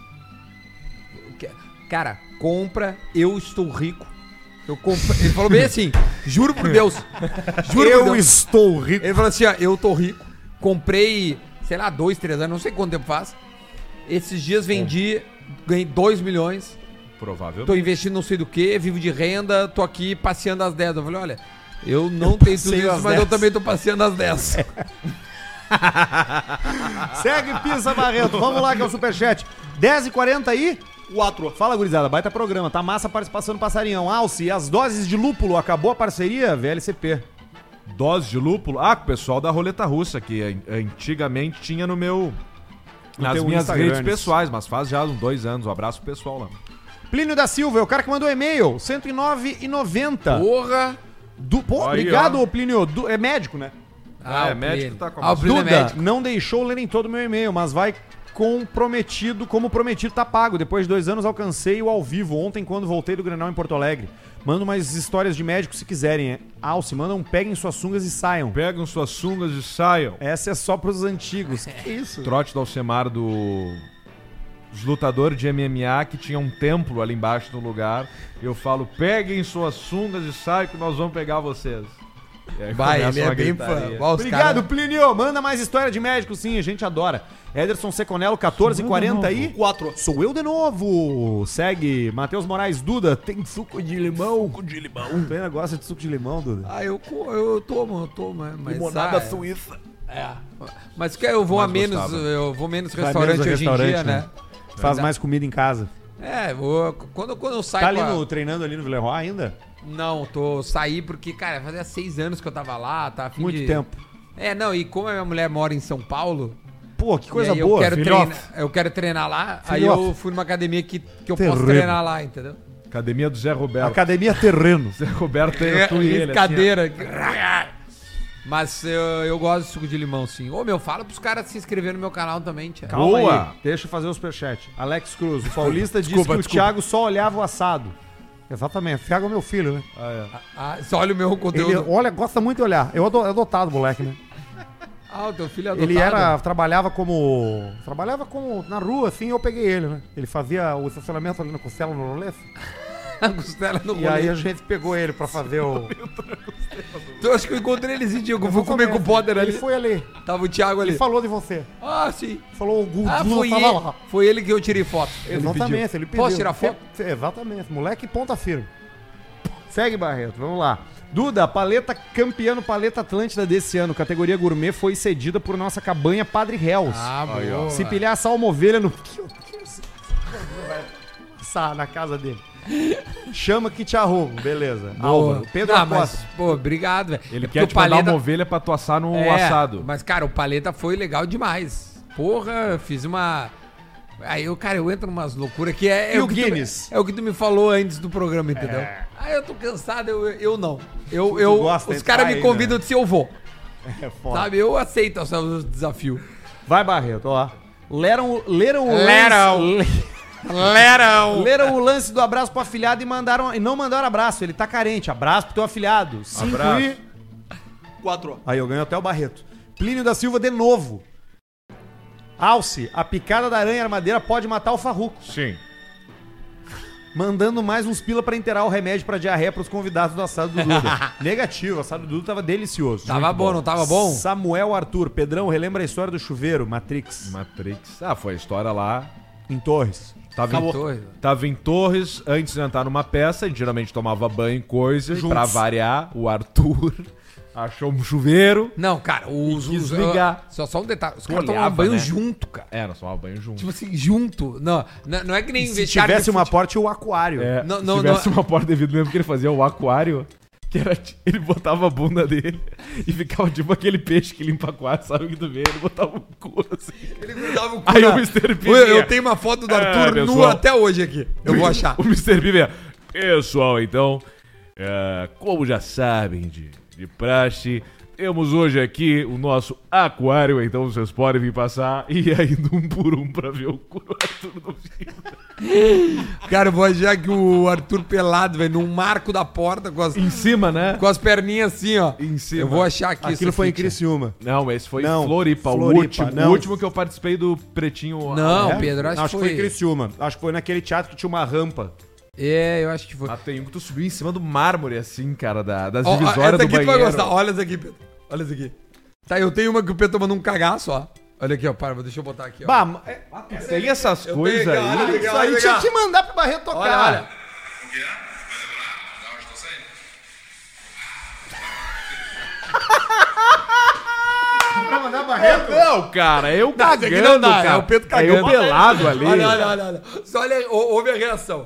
Cara, compra, eu estou rico. Eu compro. Ele falou bem assim, juro por Deus. Juro por Eu Deus. estou rico. Ele falou assim, ó, eu tô rico. Comprei, sei lá, 2, 3 anos, não sei quanto tempo faz. Esses dias vendi, ganhei 2 milhões. Provável. Tô investindo não sei do que, vivo de renda, tô aqui passeando às 10. Eu falei, olha, eu não tenho tudo passeio isso, às mas 10. eu também tô passeando às 10. Segue, Pisa Barreto. Vamos lá, que é o Superchat. 10h40 aí. 4. Fala, gurizada. Baita programa. Tá massa a participação do Passarinhão. Alce, e as doses de lúpulo? Acabou a parceria? VLCP. Dose de lúpulo. Ah, com o pessoal da roleta russa, que antigamente tinha no meu... nas teu minhas Instagram, redes isso. pessoais, mas faz já uns 2 anos. Um abraço pro pessoal lá. Plínio da Silva, é o cara que mandou e-mail. R$109,90. Porra! Pô, Aí, obrigado, ó. ô Plínio. É médico, né? É, o médico Plínio. tá com a Ah, o Plínio é Duda, médico. não deixou lerem todo o meu e-mail, mas vai comprometido, como prometido tá pago. Depois de 2 anos alcancei o ao vivo ontem quando voltei do Grenal em Porto Alegre. Manda umas histórias de médico se quiserem. Alce, mandam, peguem suas sungas e saiam. Pegam suas sungas e saiam. Essa é só pros antigos. Que isso? Trote do Alcemar os lutadores de MMA que tinha um templo ali embaixo no lugar. E eu falo, peguem suas sungas e saiam que nós vamos pegar vocês. E aí Vai, começa ele uma é bem gritaria. fã. Obrigado, Plínio. Manda mais história de médico, sim, a gente adora. Ederson Seconello, 14,40 aí. 4. Sou eu de novo. Segue. Matheus Moraes Duda. Tem suco de limão? Suco de limão. Tem negócio de suco de limão, Duda? Ah, eu tomo, mas... Limonada ah, suíça. Mas que eu vou Mas a menos, gostava. eu vou menos Vai restaurante menos hoje em restaurante, dia, né? Faz mais comida em casa. Quando eu saio Tá ali com a- treinando ali no Villeroy ainda? Não, saí porque, cara, fazia 6 anos que eu tava lá, tá? a fim Muito de... tempo. Não, e como a minha mulher mora em São Paulo... Pô, que coisa e aí boa. eu quero treinar lá, aí Filhote. eu fui numa academia que eu Terreno. posso treinar lá, entendeu? Academia do Zé Roberto. Academia Terreno. Zé Roberto tem tu e ele. assim, Cadeira. Mas eu gosto de suco de limão, sim. Ô, meu, fala pros caras se inscreverem no meu canal também, tia. Calma Boa. aí. Deixa eu fazer o superchat. Alex Cruz. O Paulista disse Desculpa, que o Thiago só olhava o assado. Exatamente. Thiago é meu filho, né? Só olha o meu conteúdo. Ele olha, gosta muito de olhar. Eu adotado, moleque, né? O teu filho é adotado. Ele trabalhava como na rua, assim, eu peguei ele, né? Ele fazia o estacionamento ali na Costela no Rolê. A costela no E aí a gente pegou ele pra fazer o... Eu acho que eu encontrei ele esse dia, que eu fui comer com o Potter ali. Ele foi ali. Tava o Thiago ali. Ele falou de você. Ah, sim. Falou, o Gudu Foi tava ele, lá. foi ele que eu tirei foto. Exatamente, ele pediu. Posso tirar foto? Exatamente, moleque ponta firme. Segue, Barreto, vamos lá. Duda, a paleta campeã no Paleta Atlântida desse ano, categoria gourmet, foi cedida por nossa cabanha Padre Hells. Boa. Se pilhar essa alma ovelha no... Passar na casa dele. Chama que te arrumo, beleza. Álvaro, Pedro Acosta. Mas, pô, obrigado, velho. Ele É quer porque te mandar uma ovelha pra tu assar no assado. Mas, cara, o Paleta foi legal demais. Porra, fiz uma... Aí eu entro numas loucuras que é... E o o que Guinness? é o que tu me falou antes do programa, entendeu? Aí eu tô cansado, eu não. gosta Os de caras entrar me aí, convidam de se eu vou. É foda. Sabe? Eu aceito o desafio. Vai, Barreto, ó. Leram o lance do abraço pro afilhado e não mandaram abraço. Ele tá carente. Abraço pro teu afilhado. 5 e... 4. Aí eu ganho até o Barreto. Plínio da Silva de novo. Alce, a picada da aranha armadeira pode matar o farruco. Sim. Mandando mais uns pila pra inteirar o remédio pra diarreia pros convidados do assado do Duda. Negativo, o assado do Duda tava delicioso. Tava Muito bom, não tava bom? Samuel Arthur, Pedrão, relembra a história do chuveiro, Matrix, Foi a história lá. em Torres. Tava em Torres, antes de entrar numa peça, a gente geralmente tomava banho e coisa. E pra variar, o Arthur achou um chuveiro. Não, cara, quis ligar. Só um detalhe. Os caras Olhava, tomavam banho né? junto, cara. Nós tomávamos banho junto. Tipo assim, junto. Não é que nem Se tivesse uma porta, tinha o aquário. Se tivesse uma porta devido mesmo que ele fazia o aquário, que era, ele botava a bunda dele e ficava tipo aquele peixe que limpa aquário, sabe o que tu vê? Ele botava o cu assim. Ele grudava o cu. Aí o Mr. P. Eu tenho uma foto do Arthur nu pessoal. até hoje aqui. Eu vou achar. O Mr. P vem. Pessoal, então, como já sabem de praxe, temos hoje aqui o nosso aquário, então vocês podem vir passar e aí um por um pra ver o cu do Arthur no fim. Cara, eu vou achar que o Arthur pelado, velho, num marco da porta Em cima, né? com as perninhas assim, ó. Em cima. Eu vou achar aqui Aquilo isso foi em aqui, Criciúma. Não, esse foi Não, Floripa, Floripa, o não. último que eu participei do Pretinho. Não, É? Pedro, acho que foi em Criciúma. Acho que foi naquele teatro que tinha uma rampa. Eu acho que foi. Ah, tem um que tu subiu em cima do mármore, assim, cara, das Ó, divisórias essa do aqui tu banheiro. vai gostar. Olha essa aqui, Pedro. Olha essa aqui. Tá, eu tenho uma que o Pedro tomando um cagaço, ó. Olha aqui, ó. Deixa eu botar aqui, ó. Bah, Tem essas Eu coisas tenho- aí. olha, isso aí tinha que mandar pro Barreto tocar. Olha, olha. Pra mandar Barreto. Não, cara, eu Não, isso aqui cagando, não dá, cara. é o Pedro É cagando. eu pelado ali. Olha. Só olha, ouve a reação.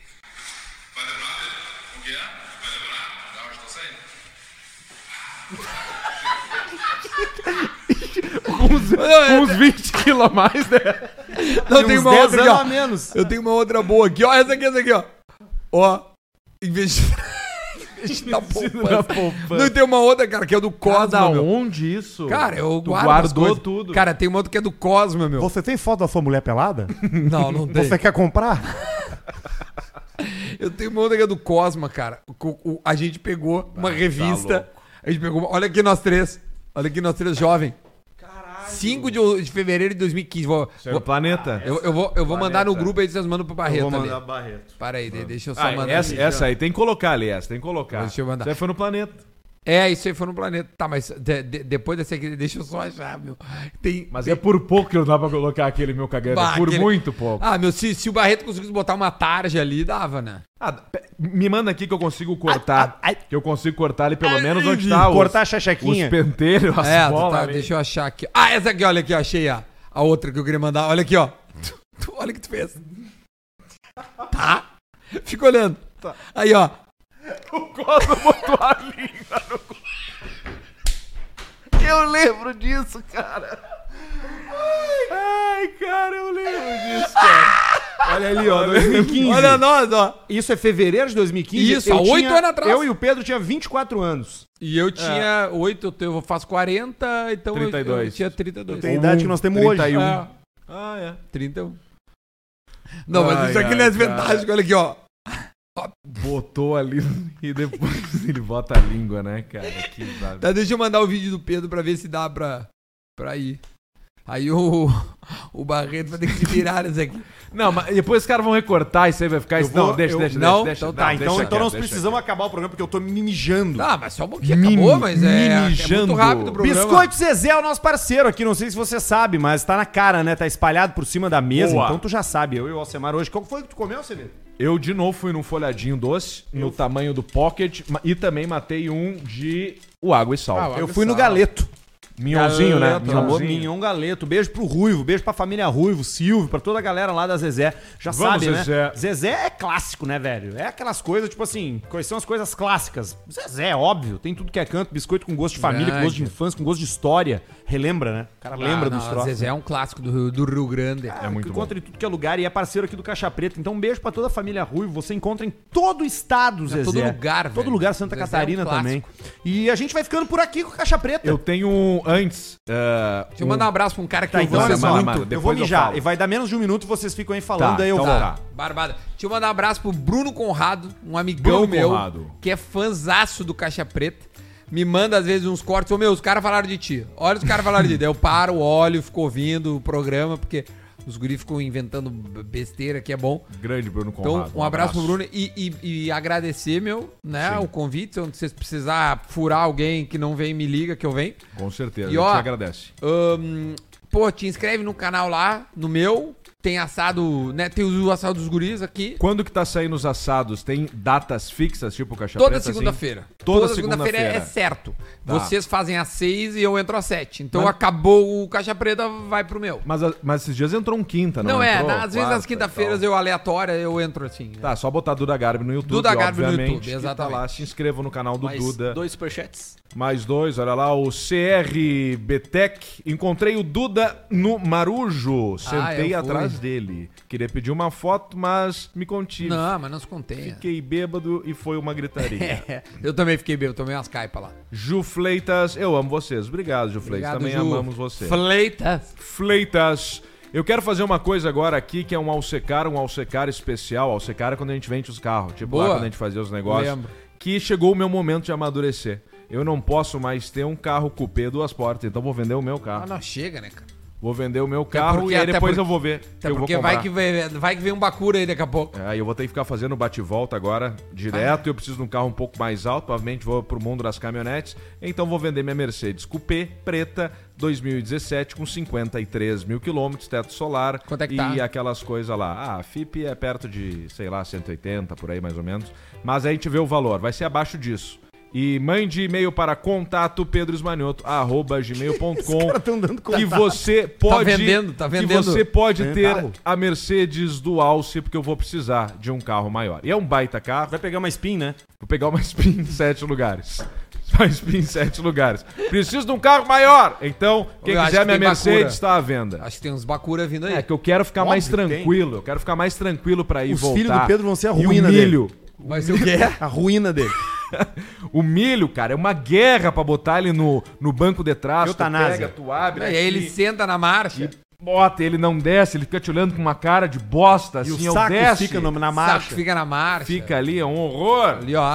Com uns 20 quilos a mais, né? Não, tem uns uma 10 outra anos aqui, ó. a menos. Eu tenho uma outra boa aqui, ó. Essa aqui, ó. Ó. Investir na poupança. Não, tem uma outra, cara, que é do Cosma, Da meu. onde isso? Cara, eu Tu guardo as guardou coisas. tudo. Cara, tem uma outra que é do Cosma, meu. Você tem foto da sua mulher pelada? Não tem. Você quer comprar? Eu tenho uma outra que é do Cosma, cara. A gente pegou uma revista. A gente pegou. Olha aqui nós três. Olha aqui nós três jovem. 5 de fevereiro de 2015. No Planeta. Eu vou mandar no grupo aí, vocês mandam pro Barreto. Eu vou mandar ali. Barreto. Para aí, deixa eu só mandar. Essa aí tem que colocar, aliás. Tem que colocar. Deixa eu mandar. Isso aí foi no Planeta. Isso aí foi no Planeta. Tá, mas depois dessa aqui, deixa eu só achar, meu. Mas é por pouco que não dá pra colocar aquele meu cagando. Por muito pouco. Meu, se o Barreto conseguisse botar uma tarja ali, dava, né? Me manda aqui que eu consigo cortar. Que eu consigo cortar ali pelo menos onde tá cortar a chachaquinha. Os penteiros, as bolas. Deixa eu achar aqui. Essa aqui, olha aqui, achei a outra que eu queria mandar. Olha aqui, ó. Olha o que tu fez. Tá? Fica olhando. Tá. Aí, ó. O Costa botou a língua no cu. Eu lembro disso, cara. Ai, cara, eu lembro disso, cara. Olha ali, ó, 2015. Olha nós, ó. Isso é fevereiro de 2015? Isso, há 8 anos atrás. Eu e o Pedro tinha 24 anos. E eu tinha 8, eu faço 40, então 32. eu tinha 32. Tem a idade que nós temos 31. Hoje. 31. Não, mas isso aqui não é fantástico, olha aqui, ó. Botou ali e depois ele bota a língua, né, cara? Tá, deixa eu mandar o vídeo do Pedro pra ver se dá pra ir. Aí o Barreto vai ter que se virar isso aqui. Não, mas depois os caras vão recortar e isso aí vai ficar... Deixa. Então nós precisamos acabar o programa porque eu tô me mijando. Mas só um pouquinho acabou, mas é muito rápido o programa. Biscoito Zezé é o nosso parceiro aqui, não sei se você sabe, mas tá na cara, né? Tá espalhado por cima da mesa, então tu já sabe. Eu e o Alcemar hoje. Qual foi que tu comeu, Alcemar? Eu, de novo, fui num folhadinho doce, no tamanho do pocket, e também matei um de o água e sal. Eu fui no galeto. Minhãozinho, né? Minhão Galeto. Beijo pro Ruivo, beijo pra família Ruivo, Silvio, pra toda a galera lá da Zezé. Já Vamos, sabe, Zezé. né? Zezé é clássico, né, velho? É aquelas coisas, tipo assim, quais são as coisas clássicas? Zezé, óbvio, tem tudo que é canto, biscoito com gosto de família, com gosto de infância, com gosto de história. Relembra, né? O cara lembra dos troços. Zezé é um clássico do Rio Grande. É muito bom. Encontra em tudo que é lugar e é parceiro aqui do Caixa Preta. Então um beijo pra toda a família Ruivo. Você encontra em todo o estado, Zezé. Todo lugar, velho. Todo lugar, Santa Catarina também. E a gente vai ficando por aqui com o Caixa Preta. Eu tenho antes... Deixa eu mandar um abraço pra um cara que então olha só, eu vou mijar. E E vai dar menos de um minuto e vocês ficam aí falando, aí eu então vou. Barbada. Deixa eu mandar um abraço pro Bruno Conrado, um amigão que é fãzaço do Caixa Preta. Me manda às vezes uns cortes. Os caras falaram de ti. Olha, os caras falaram de ti. Daí eu paro, olho, fico ouvindo o programa, porque os guris ficam inventando besteira, que é bom. Grande Bruno Conrado. Então, um abraço pro Bruno e agradecer, o convite. Se vocês precisar furar alguém que não vem, me liga que eu venho. Com certeza, e, ó, te agradece. Te inscreve no canal lá, no meu. Tem assado, né? Tem o assado dos guris aqui. Quando que tá saindo os assados? Tem datas fixas, tipo Caixa Toda Preta? segunda-feira. Assim? Toda segunda-feira é certo. Tá. Vocês fazem às 6 e eu entro às 7. Então acabou o Caixa Preta, vai pro meu. Mas esses dias entrou um quinta, não entrou? Às vezes nas quinta-feiras eu aleatória, eu entro assim. Tá, só botar Duda Garbi no YouTube, Duda Garbi no YouTube, exatamente. Tá lá, se inscreva no canal do Duda. 2 superchats. Mais 2, olha lá, o CR Betec. Encontrei o Duda no Marujo. Sentei atrás dele. Queria pedir uma foto, mas me contive. Não, mas não se contém. Fiquei bêbado e foi uma gritaria. Eu também fiquei bêbado, tomei umas caipas lá. Ju Fleitas, eu amo vocês. Obrigado, Ju Fleitas. Também Ju. amamos você. Fleitas. Eu quero fazer uma coisa agora aqui, que é um Alsecar especial. Alsecar é quando a gente vende os carros. Tipo lá quando a gente fazia os negócios. Lembro. Que chegou o meu momento de amadurecer. Eu não posso mais ter um carro coupé 2 portas, então vou vender o meu carro. Não chega, né, cara? Vou vender o meu carro e aí depois eu vou ver. Até porque vai que vem um Bacura aí daqui a pouco. Aí eu vou ter que ficar fazendo bate-volta agora, direto. Eu preciso de um carro um pouco mais alto, provavelmente vou pro mundo das caminhonetes. Então vou vender minha Mercedes Coupé, preta, 2017, com 53 mil quilômetros, teto solar. Quanto é que tá? E aquelas coisas lá. A FIP é perto de, 180, por aí mais ou menos. Mas aí a gente vê o valor, vai ser abaixo disso. E mande e-mail para contato@gmail.com que você pode tá vendendo. que você pode ter a Mercedes do Alce, porque eu vou precisar de um carro maior. E é um baita carro. Vai pegar uma Spin, né? Vou pegar uma Spin em 7 lugares. Uma Spin em 7 lugares. Preciso de um carro maior. Então, quem quiser minha Mercedes está à venda. Acho que tem uns Bacura vindo aí. É que eu quero ficar mais tranquilo. Eu quero ficar mais tranquilo para ir voltar. Os filhos do Pedro vão ser a ruína dele. Vai ser o quê? A ruína dele. O milho, cara, é uma guerra pra botar ele no banco de trás. Eutanásia. Tu pega, tu abre. E aí ele senta na marcha. E bota, ele não desce, ele fica te olhando com uma cara de bosta, e assim, o saco desce. fica na marcha. Fica na marcha. Fica ali, é um horror. Ali, ó.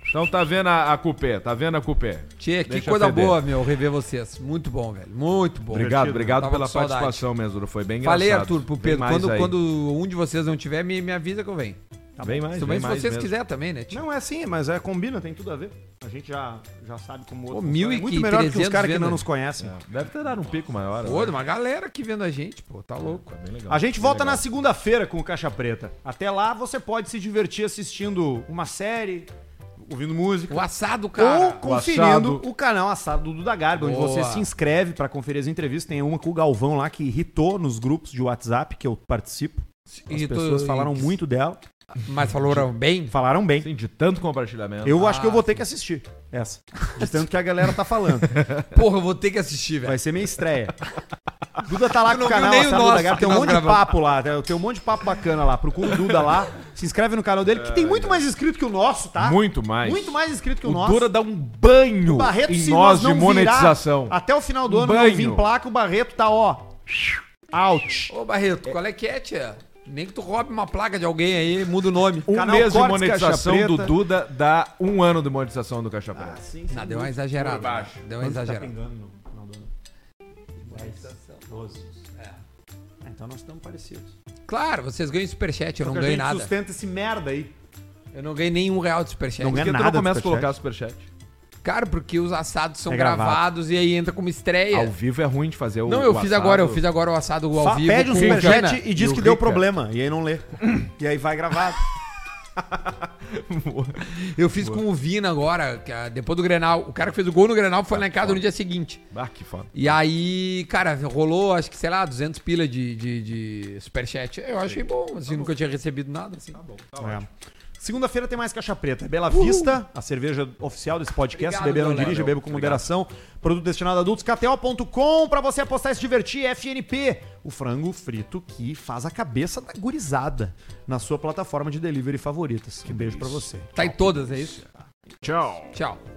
Então tá vendo a cupê, Tchê, que Deixa coisa feder. boa, meu, rever vocês. Muito bom, velho. Muito bom. Obrigado Tava pela com saudade. participação mesmo, foi bem engraçado. Falei, Arthur, pro Bem Pedro, mais aí. quando um de vocês não tiver, me avisa que eu venho. Bem mais, Também bem se mais vocês mesmo. quiserem também, né, tio? Não, é assim, mas combina, tem tudo a ver. A gente já sabe como o outro Pô, funciona. É 1.300 muito melhor que os caras que não vendo. nos conhecem. Deve ter dado um pico maior. Pô, né? uma galera aqui vendo a gente, pô, tá louco. Bem legal. A gente Bem volta legal. na segunda-feira com o Caixa Preta. Até lá você pode se divertir assistindo uma série, ouvindo música. O assado, Ou cara. conferindo o canal Assado do Duda Garbi, onde Boa. você se inscreve pra conferir as entrevistas. Tem uma com o Galvão lá que irritou nos grupos de WhatsApp que eu participo. As Irritou- pessoas falaram muito dela. Mas falaram bem? Falaram bem. Sim, de tanto compartilhamento. Eu acho que eu vou ter que assistir essa. De tanto que a galera tá falando. Porra, eu vou ter que assistir, velho. Vai ser minha estreia. Duda tá lá Tu com o não canal viu nem o Assado do nosso Duda Garbi. Tem um que nós monte de gravamos. papo lá. Tem um monte de papo bacana lá. Procura o Duda lá. Se inscreve no canal dele, que tem muito mais inscrito que o nosso, tá? Muito mais. Muito mais inscrito que o O nosso. Dura dá um banho O Barreto, em se nós de não monetização. virar, até o final do Um ano não banho. vir placa, o Barreto tá, ó, out. Ô, Barreto, qual é que é, tia? Nem que tu roube uma placa de alguém aí, muda o nome. Um Canal mês de Cortes monetização Caixa do Preta. Duda dá 1 ano de monetização do Caixa Preta. Não, deu uma exagerada. Por baixo. Deu uma exagerada. Então nós estamos parecidos. Claro, vocês ganham superchat, eu não Porque a ganho gente nada. sustenta esse merda aí. Eu não ganhei nenhum real de superchat. Não Por ganha que tu não nada do começa a superchat? colocar superchat? Cara, porque os assados são É gravado. gravados e aí entra como estreia. Ao vivo é ruim de fazer o Não, eu o fiz assado. agora, o assado ao vivo. Pede um com superchat Vina. e diz E o que deu Rica. problema. E aí não lê. E aí vai gravado. Eu fiz com o Vina agora, que, depois do Grenal. O cara que fez o gol no Grenal foi lá em casa no dia seguinte. Ah, que foda. E aí, cara, rolou, acho que, sei lá, 200 pila de superchat. Eu achei bom, assim, nunca tinha recebido nada, assim. Tá bom. É. Segunda-feira tem mais Caixa Preta. Bela Vista, a cerveja oficial desse podcast. Obrigado, Beber não Léo. dirige, beba com moderação. Produto destinado a adultos. KTO.com pra você apostar e se divertir. FNP, o frango frito que faz a cabeça da gurizada na sua plataforma de delivery favoritas. Um beijo pra você. Tá em todas, é isso? Tchau. Tchau.